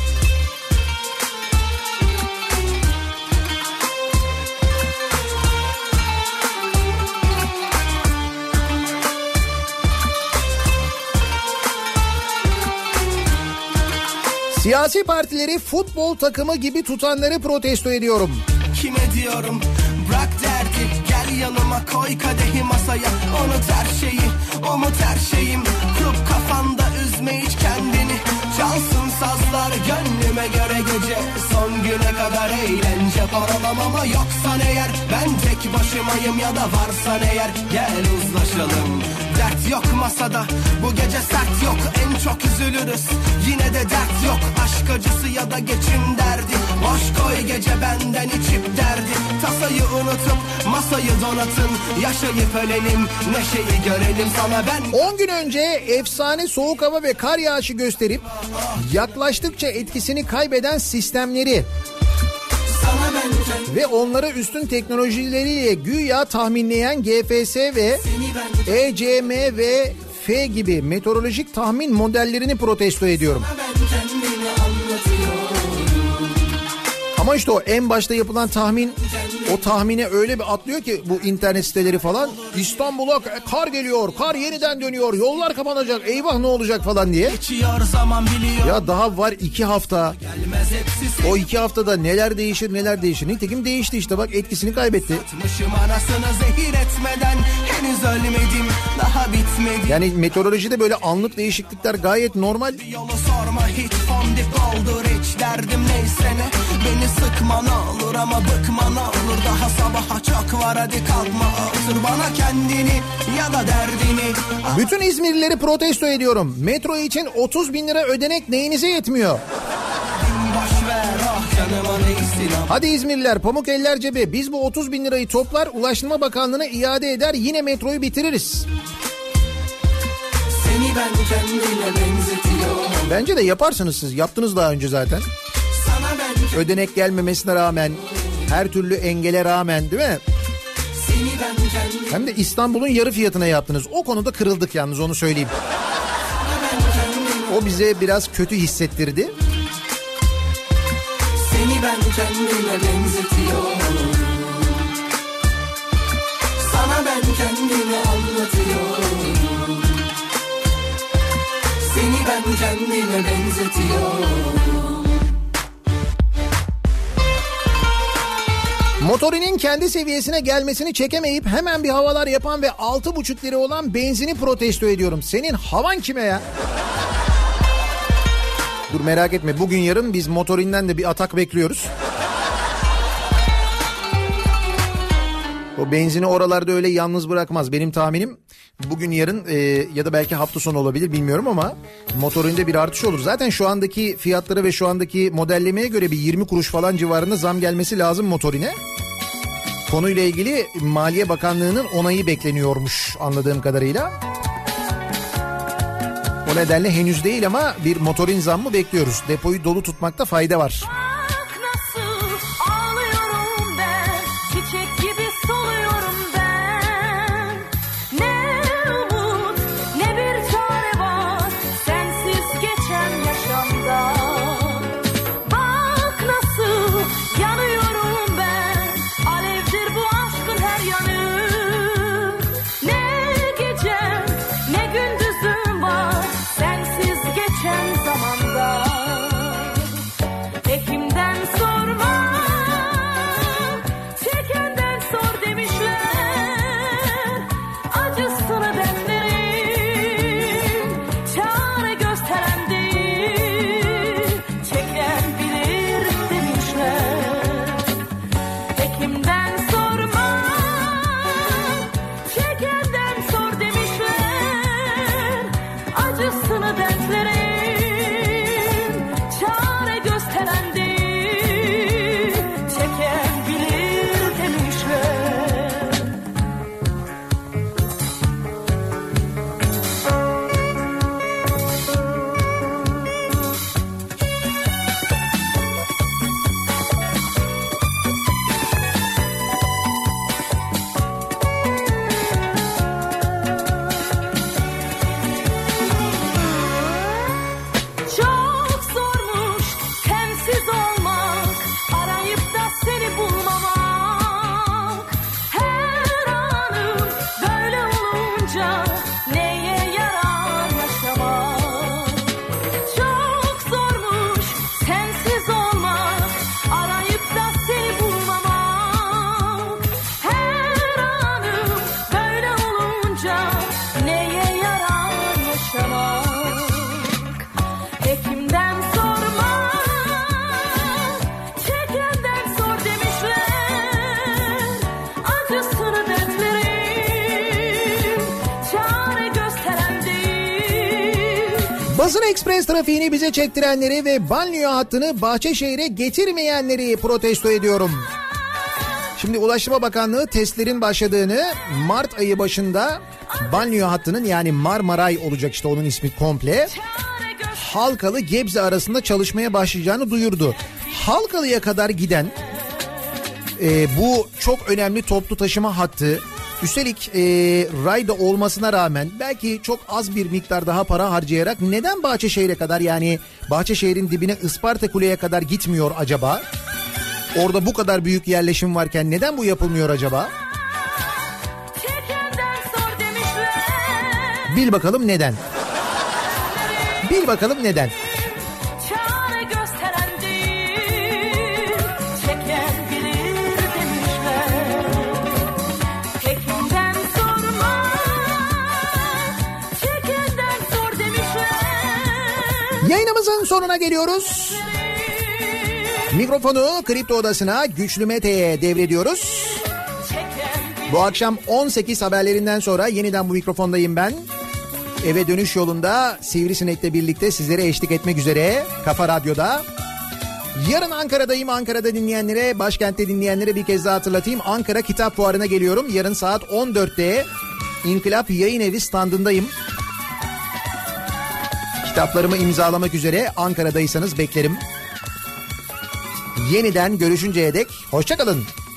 Siyasi partileri futbol takımı gibi tutanları protesto ediyorum. Kime diyorum bırak derdi, gel yanıma koy kadehi masaya, unut her şeyi, umut her şeyim, kurup kafanda üzme hiç kendini, çalsın sazlar gönlüme göre gece, son güne kadar eğlence paralam ama yoksan eğer, ben tek başımayım ya da varsan eğer, gel uzlaşalım. Dert yok masada, bu gece sert yok, en çok üzülürüz, yine de dert yok, aşk acısı ya da geçim derdi, boş koy gece benden içip derdi, tasayı unutup masayı donatın, yaşayıp ölelim, neşeyi görelim sana ben. on gün önce efsane soğuk hava ve kar yağışı gösterip yaklaştıkça etkisini kaybeden sistemleri ve onlara üstün teknolojileriyle güya tahminleyen G F S ve E C M ve F gibi meteorolojik tahmin modellerini protesto ediyorum. Ama işte o en başta yapılan tahmin, o tahmine öyle bir atlıyor ki bu internet siteleri falan, İstanbul'a kar geliyor, kar yeniden dönüyor, yollar kapanacak, eyvah ne olacak falan diye. Ya daha var iki hafta. O iki haftada neler değişir neler değişir. Nitekim değişti işte, bak etkisini kaybetti. Yani meteorolojide böyle anlık değişiklikler gayet normal. Beni sıkma ne olur ama bıkma ne olur, daha sabaha çok var, hadi kalkma otur bana kendini ya da derdini. Bütün İzmirlileri protesto ediyorum. Metro için otuz bin lira ödenek neyinize yetmiyor? Hadi İzmirliler, pamuk eller cebe, biz bu otuz bin lirayı toplar, Ulaştırma Bakanlığı'na iade eder, yine metroyu bitiririz. Seni ben kendine benzetiyorum. Bence de yaparsınız siz, yaptınız daha önce zaten. Ödenek gelmemesine rağmen, her türlü engele rağmen, değil mi? Hem de İstanbul'un yarı fiyatına yaptınız. O konuda kırıldık yalnız, onu söyleyeyim. O bize biraz kötü hissettirdi. Seni ben kendime benzetiyorum. Sana ben kendimi anlatıyorum. Seni ben kendime benzetiyorum. Motorinin kendi seviyesine gelmesini çekemeyip hemen bir havalar yapan ve altı buçuk lira olan benzini protesto ediyorum. Senin havan kime ya? Dur merak etme, bugün yarın biz Motorin'den de bir atak bekliyoruz. O benzini oralarda öyle yalnız bırakmaz. Benim tahminim bugün yarın e, ya da belki hafta sonu olabilir, bilmiyorum ama Motorin'de bir artış olur. Zaten şu andaki fiyatlara ve şu andaki modellemeye göre bir yirmi kuruş falan civarında zam gelmesi lazım Motorin'e. Konuyla ilgili Maliye Bakanlığı'nın onayı bekleniyormuş anladığım kadarıyla. O nedenle henüz değil ama bir Motorin zammı bekliyoruz. Depoyu dolu tutmakta fayda var. Ekim Basın Ekspres trafiğini bize çektirenleri ve banliyö hattını Bahçeşehir'e getirmeyenleri protesto ediyorum. Şimdi Ulaştırma Bakanlığı testlerin başladığını, Mart ayı başında banliyö hattının, yani Marmaray olacak işte onun ismi komple, Halkalı Gebze arasında çalışmaya başlayacağını duyurdu. Halkalı'ya kadar giden e, bu çok önemli toplu taşıma hattı, üstelik e, rayda olmasına rağmen belki çok az bir miktar daha para harcayarak neden Bahçeşehir'e kadar, yani Bahçeşehir'in dibine Isparta Kule'ye kadar gitmiyor acaba? Orada bu kadar büyük yerleşim varken neden bu yapılmıyor acaba? Bil bakalım neden? Bil bakalım neden? Yayınımızın sonuna geliyoruz. Mikrofonu Kripto Odası'na Güçlü Mete'ye devrediyoruz. Bu akşam on sekiz haberlerinden sonra yeniden bu mikrofondayım ben. Eve dönüş yolunda Sivrisinek'le birlikte sizlere eşlik etmek üzere Kafa Radyo'da. Yarın Ankara'dayım. Ankara'da dinleyenlere, başkentte dinleyenlere bir kez daha hatırlatayım. Ankara Kitap Fuarı'na geliyorum. Yarın saat on dörtte İnkılap Yayın Evi standındayım. Kitaplarımı imzalamak üzere Ankara'daysanız beklerim. Yeniden görüşünceye dek hoşça kalın.